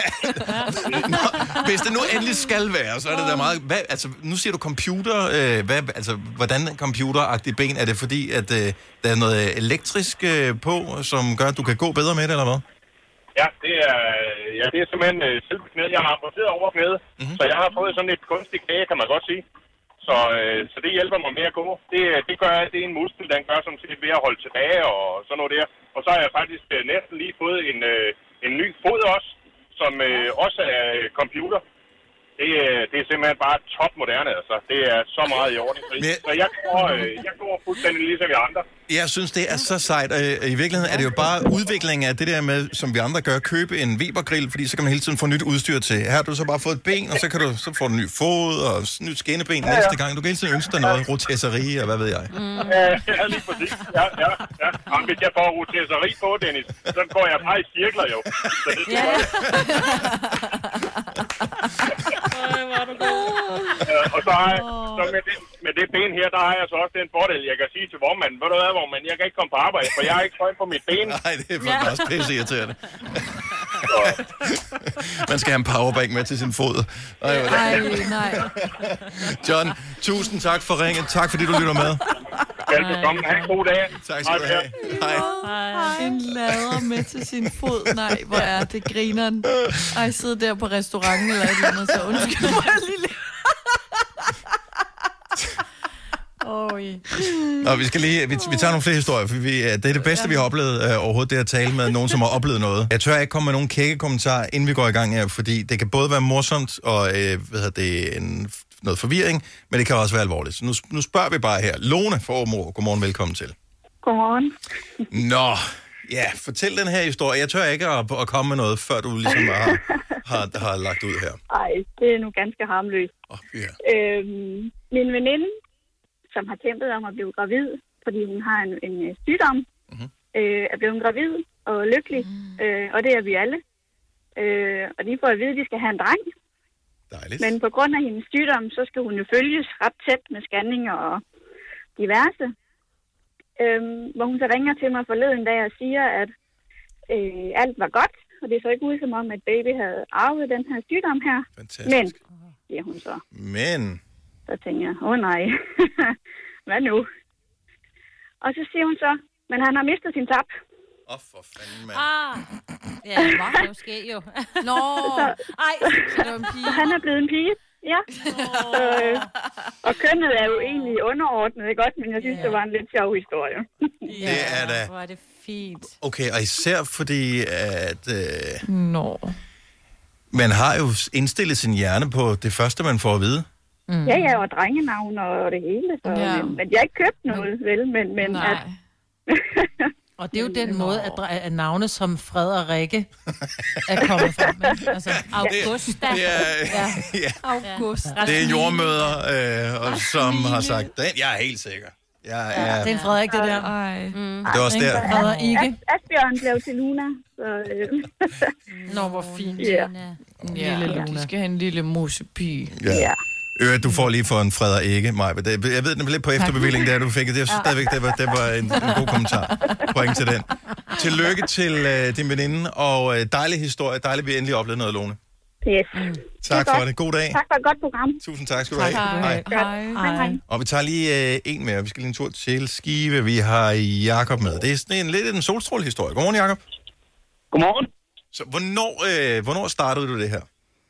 Nå, hvis det nu endelig skal være, så er det da meget... Hvad, altså, nu siger du computer. Øh, hvad, altså, hvordan computeragtig ben? Er det fordi, at øh, der er noget elektrisk øh, på, som gør, at du kan gå bedre med det, eller hvad? Ja, det er, ja, det er simpelthen øh, selve knæet. Jeg har amputeret over knæet, mm-hmm. så jeg har fået sådan et kunstigt knæ, kan man godt sige. Så, øh, så det hjælper mig med at gå. Det, det gør, det er en muskel, den gør som set ved at holde tilbage og sådan noget der. Og så har jeg faktisk øh, næsten lige fået en, øh, en ny fod også, som øh, også er øh, computer. Det, øh, det er simpelthen bare topmoderne, altså. Det er så meget i orden. Så, Men... så jeg, går, øh, jeg går fuldstændig ligesom vi andre. Jeg synes, det er så sejt. I virkeligheden er det jo bare udviklingen af det der med, som vi andre gør, købe en Weber-grill, fordi så kan man hele tiden få nyt udstyr til. Her har du så bare fået et ben, og så kan du så få en ny fod og nyt skinneben ja, ja. næste gang. Du kan hele tiden ønske dig noget rotisserie, og hvad ved jeg. Mm. Ja, ja, lige præcis. Ja, ja, ja. Jamen, hvis jeg får rotisserie på, Dennis, så går jeg bare i cirkler jo. Så det er ja. Ja, og så har jeg, så med, det, med det ben her, der har jeg så også den fordel, jeg kan sige til vormanden, ved du hvad, vormand, jeg kan ikke komme på arbejde, for jeg har ikke trøj på mit ben. Nej, det er faktisk ja. også pisse irriterende. Man skal have en powerbank med til sin fod. Ej, Ej nej. John, tusind tak for ringet. Tak fordi du lytter med. Velbekomme. Ha' en god dag. Tak skal du have. Hej. Hej. En lader med til sin fod. Nej, hvor er det grineren. Ej, sidder der på restauranten eller et eller andet, så undskyld mig lille. Åh, oh, Nå, vi skal lige, vi, vi tager nogle flere historier, for vi, det er det bedste, vi har oplevet uh, overhovedet, det at tale med nogen, som har oplevet noget. Jeg tør ikke komme med nogen kække kommentarer, inden vi går i gang her, fordi det kan både være morsomt og uh, hvad hedder det, en, noget forvirring, men det kan også være alvorligt. Så nu, nu spørger vi bare her. Lone fra Åbenrå, godmorgen, velkommen til. Godmorgen. Nå, ja, fortæl den her historie. Jeg tør ikke at, at komme med noget, før du ligesom har, har, har lagt ud her. Nej, det er nu ganske harmløst. Oh, yeah. øhm, min veninde, som har kæmpet om at blive gravid, fordi hun har en, en sygdom, mm-hmm. øh, er blevet gravid og lykkelig, mm. øh, og det er vi alle. Øh, og de får at vide, at de skal have en dreng. Dejligt. Men på grund af hendes sygdom, så skal hun jo følges ret tæt med scanninger og diverse. Øhm, hvor hun så ringer til mig forleden dag og siger, at øh, alt var godt, og det så ikke ud som om, at baby havde arvet den her sygdom her. Fantastisk. Men, siger hun så. Men? Så tænker jeg, åh oh, nej, hvad nu? Og så siger hun så, men han har mistet sin tap. Åh, oh, for fanden, mand. Ah, ja, det var jo ske jo. Nå, så, ej, så er en pige. Så han er blevet en pige, ja. Oh. Så, øh, og kønnet er jo egentlig underordnet, ikke godt? Men jeg synes, yeah. det var en lidt sjov historie. Ja, det er da. Hvor er det fint. Okay, og især fordi, at øh, Nå. man har jo indstillet sin hjerne på det første, man får at vide. Mm. Ja, ja, og drengenavn og det hele. Så, ja. men, men jeg har ikke købt noget, vel? Men, men Nej. at... Og det er jo den måde, at, at navne som Fred og Rikke er kommet frem med. Altså, Augusta. Det er, ja. ja. August. Det er jordmøder, øh, og som har sagt, den, jeg er helt sikker. Jeg er, det er en Frederik, det der. Ej. Mm. Det er også der. Frederik ikke. Asbjørn blev til Luna. Så, øh. Nå, hvor fint. Ja. Ja, lille Luna. De skal have en lille musepige. Ja. ja. Øh, du får lige for en Frederik ikke, Maja. Jeg ved, den var lidt på efterbevilling, der du fik. Det, jeg synes stadigvæk, det var, det var en, en god kommentar. Point til den. Tillykke til uh, din veninde, og uh, dejlig historie. Dejligt, vi endelig oplevede noget, Lone. Yes. Mm. Tak for det. God dag. Tak for et godt program. Tusind tak skal du have. Hej. Hej. Hej. Hej. Og vi tager lige uh, en mere. Vi skal lige en tur til Skive. Vi har Jakob med. Det er sådan en lidt en solstrålehistorie. Godmorgen, Jakob. Godmorgen. Så hvornår, uh, hvornår startede du det her?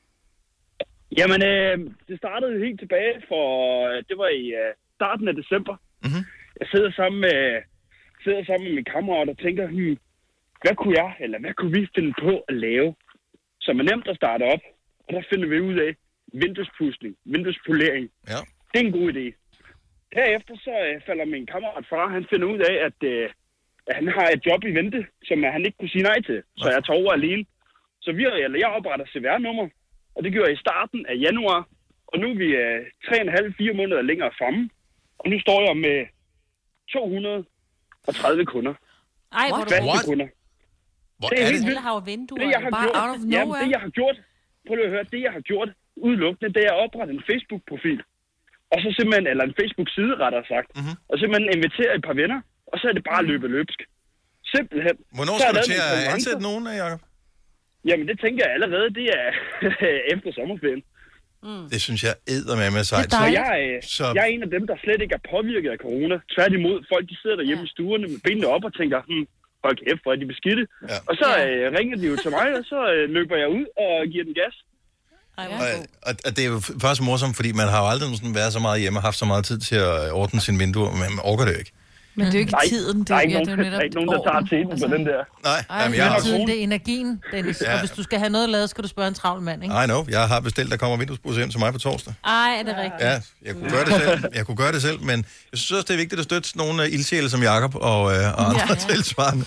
Jamen, øh, det startede helt tilbage for, det var i øh, starten af december. Mm-hmm. Jeg sidder sammen med, sidder sammen med min kammerat og tænker, hmm, hvad kunne jeg, eller hvad kunne vi finde på at lave, som er nemt at starte op. Og der finder vi ud af vinduespudsning, vinduespolering. Ja. Det er en god idé. Herefter så øh, falder min kammerat fra, han finder ud af, at, øh, at han har et job i vente, som øh, han ikke kunne sige nej til. Så jeg tager over alene. Så vi, eller jeg opretter C V R-nummer. Og det gjorde jeg i starten af januar, og nu er vi øh, tre komma fem til fire måneder længere fremme. Og nu står jeg med to hundrede og tredive kunder. Ej, hvor du What? kunder. Hvor det er, er helt det? vildt. har jo vinduer. Det, jeg har bare gjort, out of jamen, nowhere. det, jeg har gjort, prøv lige at høre, det, jeg har gjort udelukkende, det er at oprette en Facebook-profil. Og så simpelthen, eller en Facebook-side, rettere sagt. Mm-hmm. Og simpelthen invitere et par venner, og så er det bare at løbe løbsk. Simpelthen. Hvornår skal du til at ansætte nogen, Jacob? Jamen, det tænker jeg allerede, det er efter sommerferien. Mm. Det synes jeg eddermame sejt. Så jeg, er, så jeg er en af dem, der slet ikke er påvirket af corona. Tværtimod, folk de sidder derhjemme ja. i stuerne med benene op og tænker, hm, hold kæft, hvor er de beskidte. Ja. Og så ja. øh, ringer de jo til mig, og så øh, løber jeg ud og giver den gas. Ja. Og, og, og det er jo faktisk morsomt, fordi man har jo aldrig været så meget hjemme og haft så meget tid til at ordne sine vinduer, men man orker det ikke. Men det er jo ikke nej, tiden. Det, der er ikke, ja, nogen, det er jo der, er ikke nogen, der tager tiden altså. på den der. Nej, Ej, jamen, jeg har... har... det er energien, Dennis. Ja. Og hvis du skal have noget lavet, skal du spørge en travl mand, ikke? I know. Jeg har bestilt, der kommer vinduesbusser hjem til mig på torsdag. Ej, er det rigtigt? Ja, jeg kunne gøre det selv. Jeg kunne gøre det selv, men jeg synes også, det er vigtigt at støtte nogle ildsjæle som Jakob og, øh, og andre ja, ja. tilsvarende.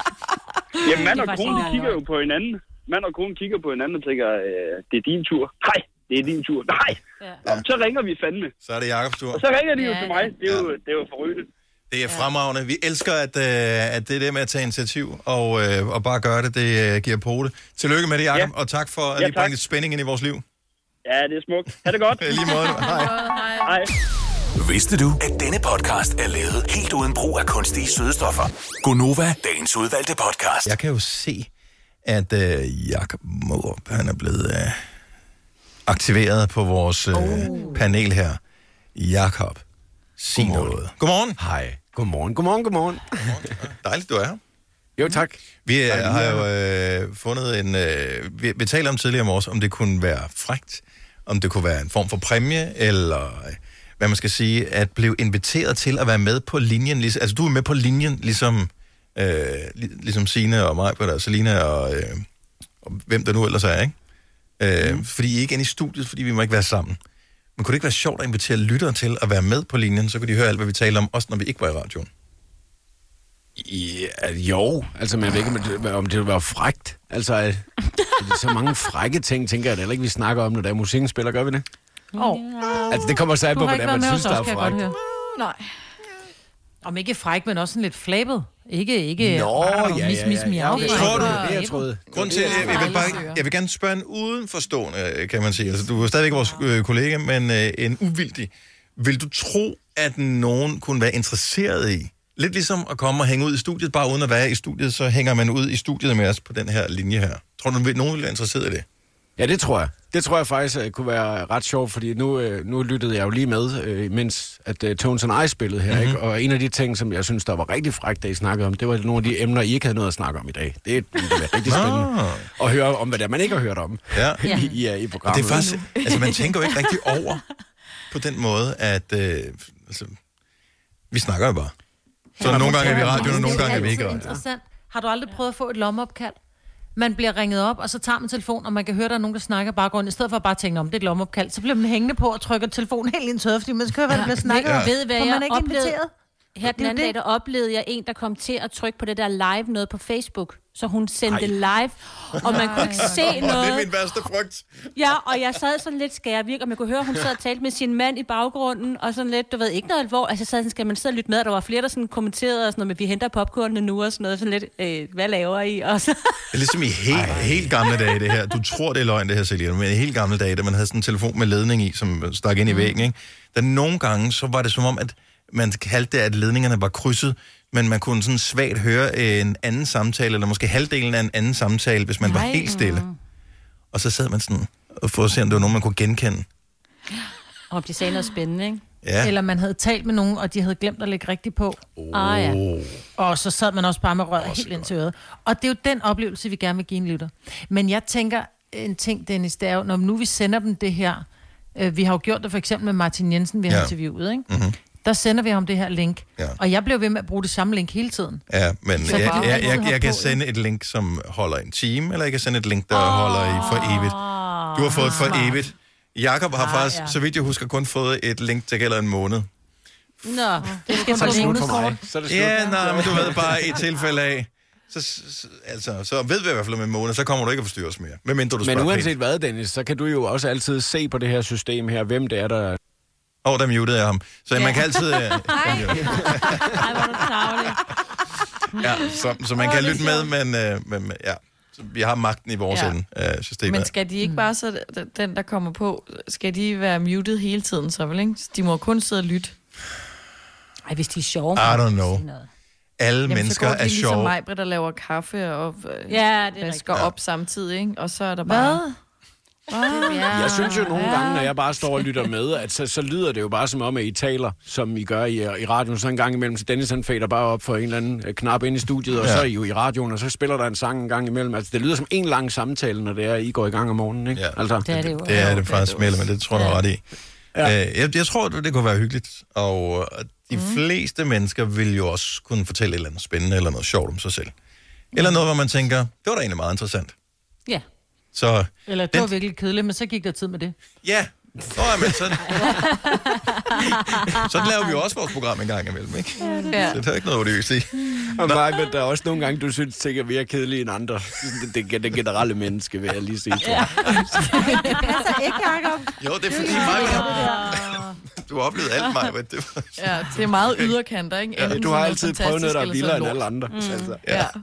Ja, mand og kone kigger jo på hinanden. Mand og kone kigger på hinanden og tænker, øh, det er din tur. Nej, det er din tur. Nej. Ja. Jamen, så ringer vi fandme. Så er det Jakobs tur. Og så ringer de jo ja, til mig. Det er jo, det er jo forrygende. Det er fremragende. Vi elsker, at, øh, at det er det med at tage initiativ og, øh, og bare gøre det. Det øh, giver pote. Tillykke med det, Jacob, ja. og tak for at ja, lige bringe lidt spænding ind i vores liv. Ja, det er smukt. Ha' det godt. Lige måde. Hej. Hej. Vidste du, at denne podcast er lavet helt uden brug af kunstige sødestoffer? Gonova, dagens udvalgte podcast. Jeg kan jo se, at øh, Jacob Mårup, han er blevet øh, aktiveret på vores øh, oh. panel her. Jacob, sig noget. Godmorgen. Hej. Godmorgen, godmorgen, godmorgen. godmorgen. Dejligt, du er her. Jo, tak. Vi øh, har jo øh, fundet en... Øh, vi, vi talte om tidligere om os, om det kunne være frækt, om det kunne være en form for præmie, eller hvad man skal sige, at blive inviteret til at være med på linjen. Altså, du er med på linjen, ligesom, øh, ligesom Signe og mig, og Selina og, øh, og hvem der nu ellers er, ikke? Øh, mm. Fordi I ikke er inde i studiet, fordi vi må ikke være sammen. Men kunne det ikke være sjovt at invitere lyttere til at være med på linjen, så kunne de høre alt, hvad vi taler om, også når vi ikke var i radioen? Ja, jo, altså, men jeg ved ikke, om det, om det ville være frækt. Altså, at, så mange frække ting, tænker jeg da heller ikke, vi snakker om, når der er musikken spiller, gør vi det? Oh. Altså, det kommer så af på, hvordan man synes, der er frækt. Nej. Om ikke fræk, men også sådan lidt flabet. Ikke, ikke... Nå, bare, ja, ja, ja. ja. Okay. Tror du? Det, jeg troede. Grunden til, jeg, jeg, vil bare, jeg vil gerne spørge en udenforstående, kan man sige. Altså, du er stadigvæk vores øh, kollega, men øh, en uvildig. Vil du tro, at nogen kunne være interesseret i, lidt ligesom at komme og hænge ud i studiet, bare uden at være i studiet, så hænger man ud i studiet med os på den her linje her. Tror du, at nogen vil være interesseret i det? Ja, det tror jeg. Det tror jeg faktisk at kunne være ret sjovt, fordi nu, nu lyttede jeg jo lige med, mens at uh, Tones and I spillede her, mm-hmm. ikke? Og en af de ting, som jeg synes, der var rigtig frækt, da I snakkede om, det var nogle af de emner, I ikke havde noget at snakke om i dag. Det, det var rigtig spændende at høre om, hvad det er, man ikke har hørt om ja. i, i, i, i programmet. Og det er faktisk, altså man tænker jo ikke rigtig over på den måde, at øh, altså, vi snakker jo bare. Så ja, nogle gange er vi i radioen, og nogle gange er vi ikke i radioen. Har du aldrig prøvet at få et lommeopkald? Man bliver ringet op, og så tager man telefon, og man kan høre, der er nogen, der snakker i baggrunden. I stedet for at bare tænke, om det er et lommeopkald, så bliver man hængende på og trykker telefonen helt ind i tøjet, fordi man skal høre, hvad der bliver snakket om. Ja. Ved, hvad for jeg man er ikke oplevede, inviteret. Her den anden dag, der oplevede jeg en, der kom til at trykke på det der live noget på Facebook. Så hun sendte Ej. live, og man kunne ikke se noget. Det er min værste frygt. Ja, og jeg sad sådan lidt skærvirk, og man kunne høre, hun sad og talte med sin mand i baggrunden, og sådan lidt, du ved, ikke noget alvor. Altså, så sad, skal man sidde og lytte med, og der var flere, der sådan kommenterede og sådan noget, med, vi henter popcornene nu, og sådan noget, sådan lidt, øh, hvad laver I? Og så... Det er ligesom i helt, helt gamle dage, det her. Du tror, det er løgn, det her, Selina, men i helt gamle dage, da man havde sådan en telefon med ledning i, som stak ind i væggen, ikke? Der nogle gange, så var det som om, at man kaldte det, at ledningerne var krydset, men man kunne sådan svagt høre en anden samtale, eller måske halvdelen af en anden samtale, hvis man Nej. var helt stille. Og så sad man sådan og for at se, om det var nogen, man kunne genkende. Og de sagde noget spændende, ikke? Ja. Eller man havde talt med nogen, og de havde glemt at lægge rigtigt på. Oh. Ah, ja. Og så sad man også bare med røret helt ind til øret. Og det er jo den oplevelse, vi gerne vil give en lytter. Men jeg tænker en ting, Dennis, det er jo, når nu vi sender dem det her, øh, vi har jo gjort det for eksempel med Martin Jensen, vi har ja. interviewet, ikke? Mm-hmm. Der sender vi ham det her link. Ja. Og jeg blev ved med at bruge det samme link hele tiden. Ja, men jeg, jeg, jeg, jeg, jeg kan sende et link, som holder en time, eller jeg kan sende et link, der oh. holder i for evigt. Du har fået for evigt. Jakob har ah, faktisk, ja. så vidt jeg husker, kun fået et link, der gælder en måned. Nå, det skal så er det slut for mig. Så er det slut. Ja, nej, men du ved bare i tilfælde af. Så, så, altså, så ved vi i hvert fald om en måned, så kommer du ikke at forstyrre os mere. Medmindre du men uanset pænt. Hvad, Dennis, så kan du jo også altid se på det her system her, hvem det er, der... Åh, oh, der mutede jeg ham. Så ja. man kan altid... Ej, Ej hvor du tavlig. Ja, så, så man kan lytte med, men, øh, men ja, så vi har magten i vores ja. ende af systemet. Men skal de ikke bare så, den der kommer på, skal de være muted hele tiden så vel, ikke? De må kun sidde og lytte. Ej, hvis de er sjove. I don't know. Alle Jamen, mennesker er sjove. Så går de ligesom mig, der laver kaffe og øh, ja, det vasker ja. op samtidig, ikke? Og så er der bare... Hvad? Ah, ja. Jeg synes jo nogle gange, når jeg bare står og lytter med, at så, så lyder det jo bare som om, at I taler, som I gør i, i radioen, så en gang imellem. Så Dennis han fader bare op for en eller anden knap ind i studiet, og ja. så er I jo i radioen, og så spiller der en sang en gang imellem. Altså, det lyder som en lang samtale, når det er, I går i gang om morgenen, ikke? Ja. Altså. Det er det jo. Det er det faktisk mere, men det tror jeg ja. ret i. Ja. Øh, jeg, jeg tror, det kunne være hyggeligt, og de mm. fleste mennesker vil jo også kunne fortælle et eller andet spændende, eller noget sjovt om sig selv. Eller noget, hvor man tænker, det var da egentlig meget interessant. Ja. Så, eller det den... var virkelig kedeligt, men så gik der tid med det. Ja, Nå, men sådan. Sådan laver vi jo også vores program en gang imellem, ikke? Ja. Så det er ikke noget odiøst i. Og Maja, men der er også nogle gange, du synes, det er mere kedeligt end andre. Det er det generelle menneske, vil jeg lige sige. Ja. Det passer ikke, Jacob. Jo, det er fordi Maja... Du har oplevet alt, Maja. Det var... Ja, det er meget yderkanter, ikke? Ja, du har altid prøvet noget, der er vildere end alle andre. Mm. Altså. Ja. ja.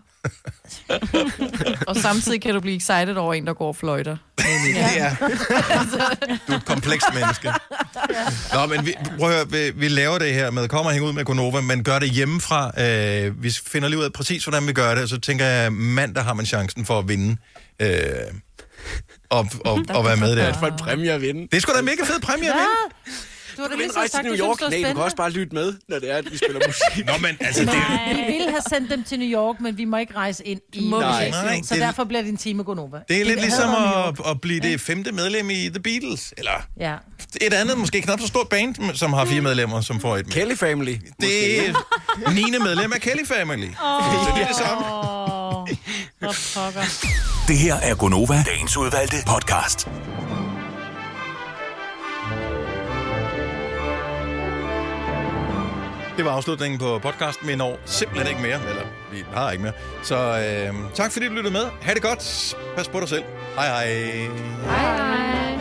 Og samtidig kan du blive excited over en, der går og fløjter. Ja. Du er et komplekst menneske. Nå, men vi, prøv at høre, vi, vi laver det her med, kommer og hænge ud med Gonova, men gør det hjemmefra. Øh, vi finder lige ud af præcis, hvordan vi gør det, og så tænker jeg, mandag har man chancen for at vinde. Øh, og, og, og være med der. For en præmie at vinde. Det er sgu da en mega fed præmie at vinde. Du har da Du lige vil så rejse sagt, til New du synes, York. det var Nej, du kan spændende. også bare lytte med, når det er, at vi spiller musik. Nå, men altså, det er... Vi ville have sendt dem til New York, men vi må ikke rejse ind i Nej. musikstuen, Nej, så det- derfor bliver det en time Gonova. Det er lidt havde ligesom været New York. at, at blive det femte medlem i The Beatles, eller Ja. et andet, måske knap så stort band, som har fire medlemmer, som får et med. Kelly Family. Det er niende medlem af Kelly Family. Åh. Så det er det samme. Hvor pokker. Det her er Gonova, dagens udvalgte podcast. Det var afslutningen på podcasten. Vi når simpelthen ikke mere, eller vi har ikke mere. Så øh, tak fordi du lyttede med. Ha' det godt. Pas på dig selv. Hej hej. Hej hej.